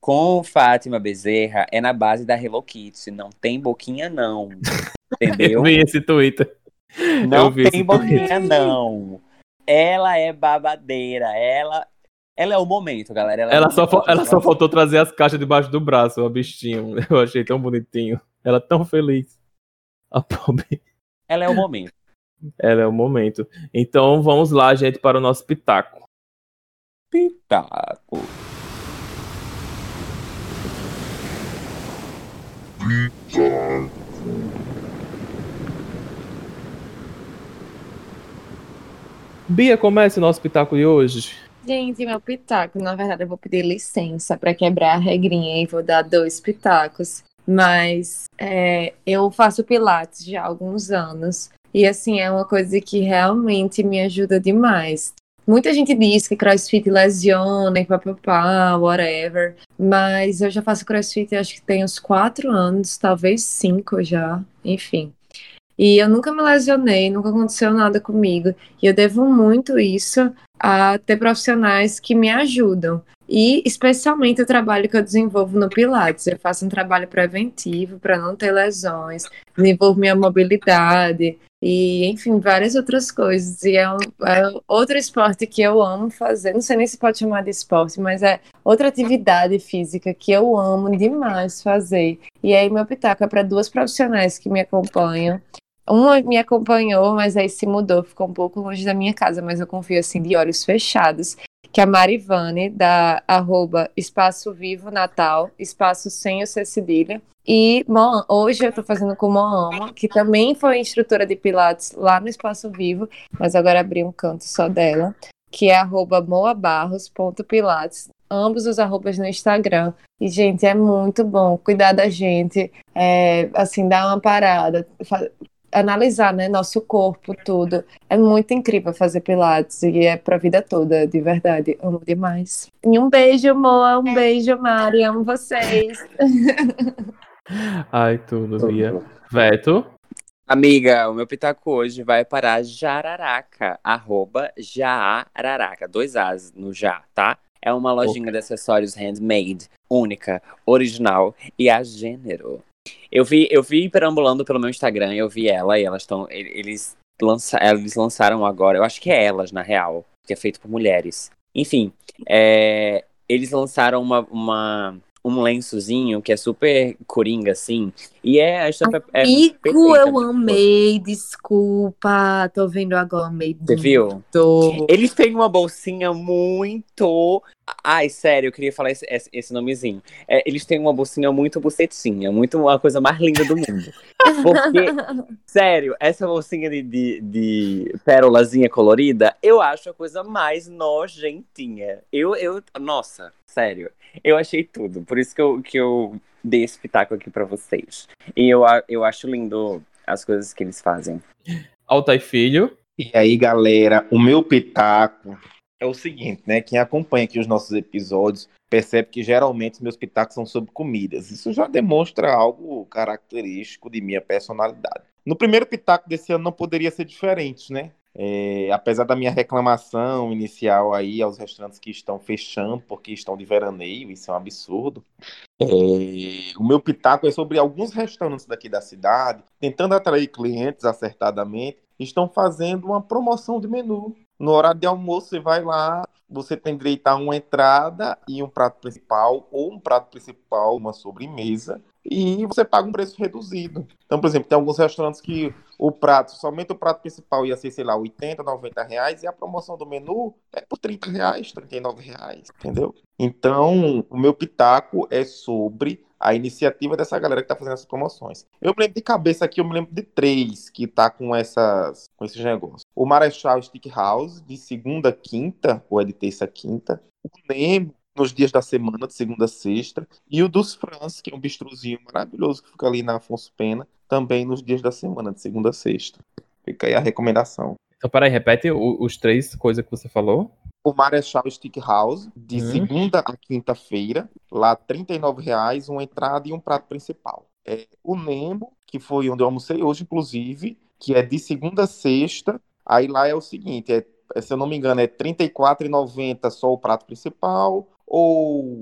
com Fátima Bezerra é na base da Hello Kitty. Não tem boquinha, não. Eu Entendeu? vi esse Twitter. Eu Não vi esse tem Twitter. boquinha, não. Ela é babadeira. Ela, ela é o momento, galera. Ela, é o Ela só, momento fa- ela só atual. faltou trazer as caixas debaixo do braço, o bichinho. Eu achei tão bonitinho. Ela tão feliz. A pobre. Ela é o momento. Ela é o momento. Então vamos lá, gente, para o nosso pitaco. Pitaco. Bia, comece o nosso pitaco de hoje. Gente, meu pitaco, na verdade, eu vou pedir licença para quebrar a regrinha e vou dar dois pitacos. Mas é, eu faço pilates já há alguns anos. E assim, é uma coisa que realmente me ajuda demais. Muita gente diz que CrossFit lesiona e papapá, whatever. Mas eu já faço CrossFit acho que tem uns quatro anos, talvez cinco já, enfim. E eu nunca me lesionei, nunca aconteceu nada comigo. E eu devo muito isso a ter profissionais que me ajudam. E especialmente o trabalho que eu desenvolvo no Pilates. Eu faço um trabalho preventivo para não ter lesões, desenvolvo minha mobilidade e, enfim, várias outras coisas. E é, um, é outro esporte que eu amo fazer. Não sei nem se pode chamar de esporte, mas é outra atividade física que eu amo demais fazer. E aí meu pitaco é para duas profissionais que me acompanham. Uma me acompanhou, mas aí se mudou, ficou um pouco longe da minha casa, mas eu confio assim de olhos fechados, que é a Marivane, da arroba Espaço Vivo Natal, espaço sem o C cedilha. E Moan, hoje eu tô fazendo com Moama, que também foi instrutora de Pilates lá no Espaço Vivo, mas agora abri um canto só dela, que é arroba moabarros ponto pilates. Ambos os arrobas no Instagram. E, gente, é muito bom cuidar da gente, é, assim, dar uma parada, fa- analisar, né, nosso corpo, tudo. É muito incrível fazer pilates e é pra vida toda, de verdade. Amo demais. E um beijo, Moa, um beijo, Mari, amo vocês. Ai, tudo, Bia. Veto. Amiga, o meu pitaco hoje vai para Jararaca, arroba Jararaca, dois As no já, tá? É uma lojinha de acessórios handmade, única, original e a gênero. Eu vi, eu vi perambulando pelo meu Instagram, eu vi ela e elas estão, eles, lança, eles lançaram agora, eu acho que é elas na real, que é feito por mulheres. Enfim, é, eles lançaram uma, uma, um lençozinho que é super coringa, assim, e é a estampa é Amigo, perfeita, eu tipo, amei, desculpa, tô vendo agora, amei você viu? muito. Eles têm uma bolsinha muito. Ai, sério, eu queria falar esse, esse, esse nomezinho. É, eles têm uma bolsinha muito bucetinha, muito a coisa mais linda do mundo. Porque, sério, essa bolsinha de, de, de pérolazinha colorida, eu acho a coisa mais nojentinha. Eu, eu, nossa, sério, eu achei tudo. Por isso que eu, que eu dei esse pitaco aqui pra vocês. E eu, a- eu acho lindo as coisas que eles fazem. Altai Filho. E aí, galera, o meu pitaco é o seguinte, né? Quem acompanha aqui os nossos episódios percebe que geralmente os meus pitacos são sobre comidas. Isso já demonstra algo característico de minha personalidade. No primeiro pitaco desse ano não poderia ser diferente, né? É, apesar da minha reclamação inicial aí aos restaurantes que estão fechando porque estão de veraneio, isso é um absurdo. É, o meu pitaco é sobre alguns restaurantes daqui da cidade, tentando atrair clientes acertadamente, estão fazendo uma promoção de menu. No horário de almoço, você vai lá, você tem direito a uma entrada e um prato principal, ou um prato principal, uma sobremesa, e você paga um preço reduzido. Então, por exemplo, tem alguns restaurantes que o prato, somente o prato principal ia ser, sei lá, oitenta, noventa reais, e a promoção do menu é por trinta reais, trinta e nove reais, entendeu? Então, o meu pitaco é sobre a iniciativa dessa galera que tá fazendo essas promoções. Eu me lembro de cabeça aqui, eu me lembro de três que tá com, essas, com esses negócios. O Marechal Steakhouse, de segunda a quinta, ou é de terça a quinta. O Nemo, nos dias da semana, de segunda a sexta. E o dos Franz, que é um bistrozinho maravilhoso que fica ali na Afonso Pena, também nos dias da semana, de segunda a sexta. Fica aí a recomendação. Então, peraí, repete o- os três coisas que você falou. O Marechal Steakhouse, de Hum. segunda a quinta-feira, lá trinta e nove reais, uma entrada e um prato principal. É, o Nemo, que foi onde eu almocei hoje, inclusive, que é de segunda a sexta, aí lá é o seguinte, é, se eu não me engano, é trinta e quatro reais e noventa centavos só o prato principal, ou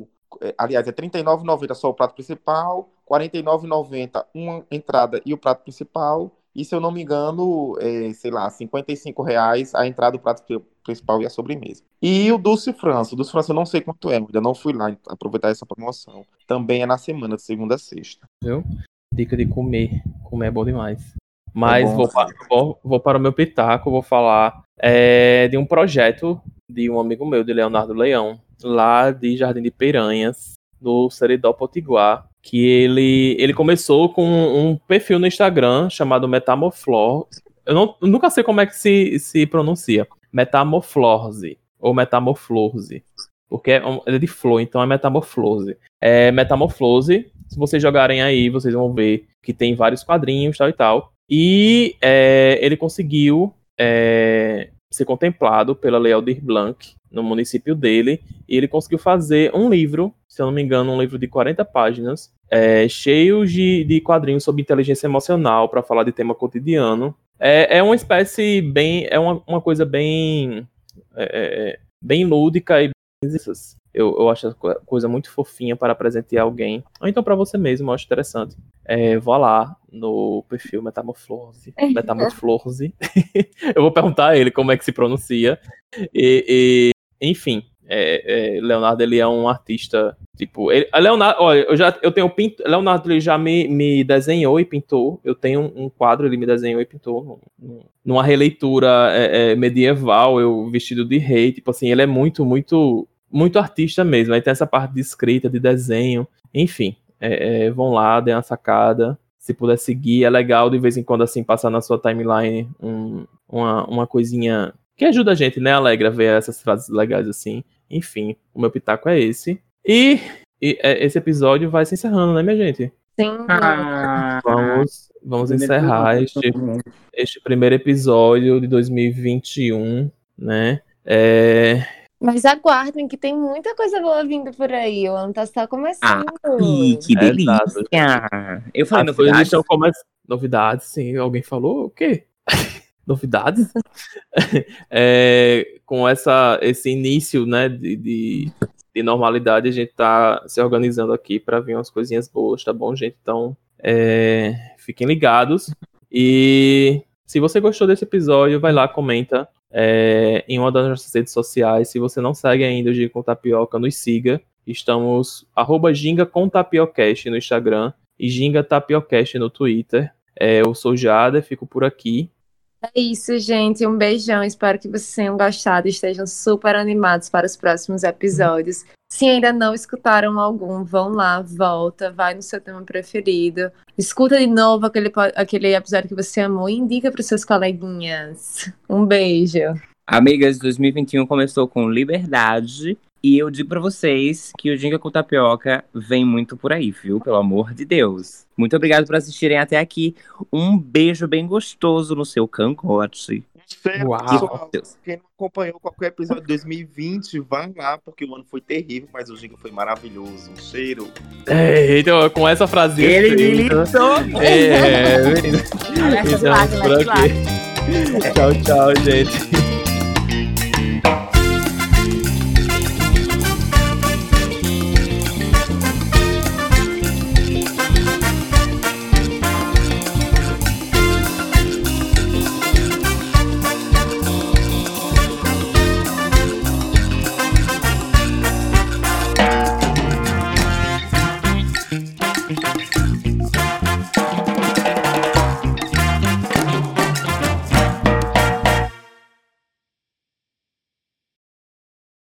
é, aliás, é trinta e nove reais e noventa centavos só o prato principal, quarenta e nove reais e noventa centavos uma entrada e o prato principal, e se eu não me engano, é, sei lá, cinquenta e cinco reais a entrada, o prato principal e a sobremesa. E o Doce França, o Doce França eu não sei quanto é, eu ainda não fui lá aproveitar essa promoção. Também é na semana, de segunda a sexta. Viu? Dica de comer, comer é bom demais. Mas É bom. vou, para, vou, vou para o meu pitaco, vou falar é, de um projeto de um amigo meu, de Leonardo Leão, lá de Jardim de Piranhas, do Seridó Potiguar, que ele, ele começou com um perfil no Instagram chamado Metamorflor. Eu, não, eu nunca sei como é que se, se pronuncia. Metamorflose, ou Metamorflose, porque é, um, é de flor, então é Metamorflose. É Metamorflose, se vocês jogarem aí, vocês vão ver que tem vários quadrinhos, tal e tal. E é, ele conseguiu é, ser contemplado pela Lei Aldir Blanc no município dele, e ele conseguiu fazer um livro, se eu não me engano, um livro de quarenta páginas, é, cheio de, de quadrinhos sobre inteligência emocional, para falar de tema cotidiano. É, é uma espécie bem, é uma, uma coisa bem, é, bem lúdica e bem, eu, eu acho a coisa muito fofinha para presentear alguém, ou então para você mesmo, eu acho interessante. É, vá lá no perfil Metamorflose, Metamorflose. Eu vou perguntar a ele como é que se pronuncia. E, e enfim, é, é, Leonardo, ele é um artista, tipo, ele, Leonardo, olha, eu já eu tenho pinto, Leonardo, ele já me, me desenhou e pintou. Eu tenho um, um quadro, ele me desenhou e pintou num, numa releitura é, é, medieval, eu vestido de rei, tipo assim, ele é muito, muito, muito artista mesmo. Aí tem essa parte de escrita, de desenho, enfim, é, é, vão lá, dêem uma sacada. Se puder seguir, é legal de vez em quando, assim, passar na sua timeline um, uma, uma coisinha que ajuda a gente, né, Alegra, a ver essas frases legais, assim. Enfim, o meu pitaco é esse. E, e é, esse episódio vai se encerrando, né, minha gente? Sim. Ah, Vamos, vamos encerrar este, este primeiro episódio de dois mil e vinte e um, né? É... Mas aguardem que tem muita coisa boa vindo por aí. O ano tá só começando. Ai, que É, delícia! exato. Eu falei As coisas novidades? estão começando. Novidades, sim. Alguém falou o quê? Novidades? É, com essa, esse início, né, de, de, de normalidade, a gente tá se organizando aqui para vir umas coisinhas boas, tá bom, gente? Então, é, fiquem ligados. E se você gostou desse episódio, vai lá, comenta é, em uma das nossas redes sociais. Se você não segue ainda o Ginga com Tapioca, nos siga. Estamos arroba Ginga com Tapiocast no Instagram e Ginga Tapiocast no Twitter. É, eu sou Jada, fico por aqui. É isso, gente. Um beijão. Espero que vocês tenham gostado e estejam super animados para os próximos episódios. Se ainda não escutaram algum, vão lá, volta, vai no seu tema preferido. Escuta de novo aquele, aquele episódio que você amou e indica para os seus coleguinhas. Um beijo. Amigas, dois mil e vinte e um começou com liberdade. E eu digo pra vocês que o Ginga com Tapioca vem muito por aí, viu? Pelo amor de Deus. Muito obrigado por assistirem até aqui. Um beijo bem gostoso no seu cangote. Cheiro, Uau. pessoal. Quem não acompanhou qualquer episódio de dois mil e vinte, vai lá, porque o ano foi terrível, mas o Ginga foi maravilhoso. Um cheiro. É, então, com essa frasinha. Ele feita- militou! É, menino. Alerta de Então, lágrima, por alerta de aqui. Tchau, tchau, gente.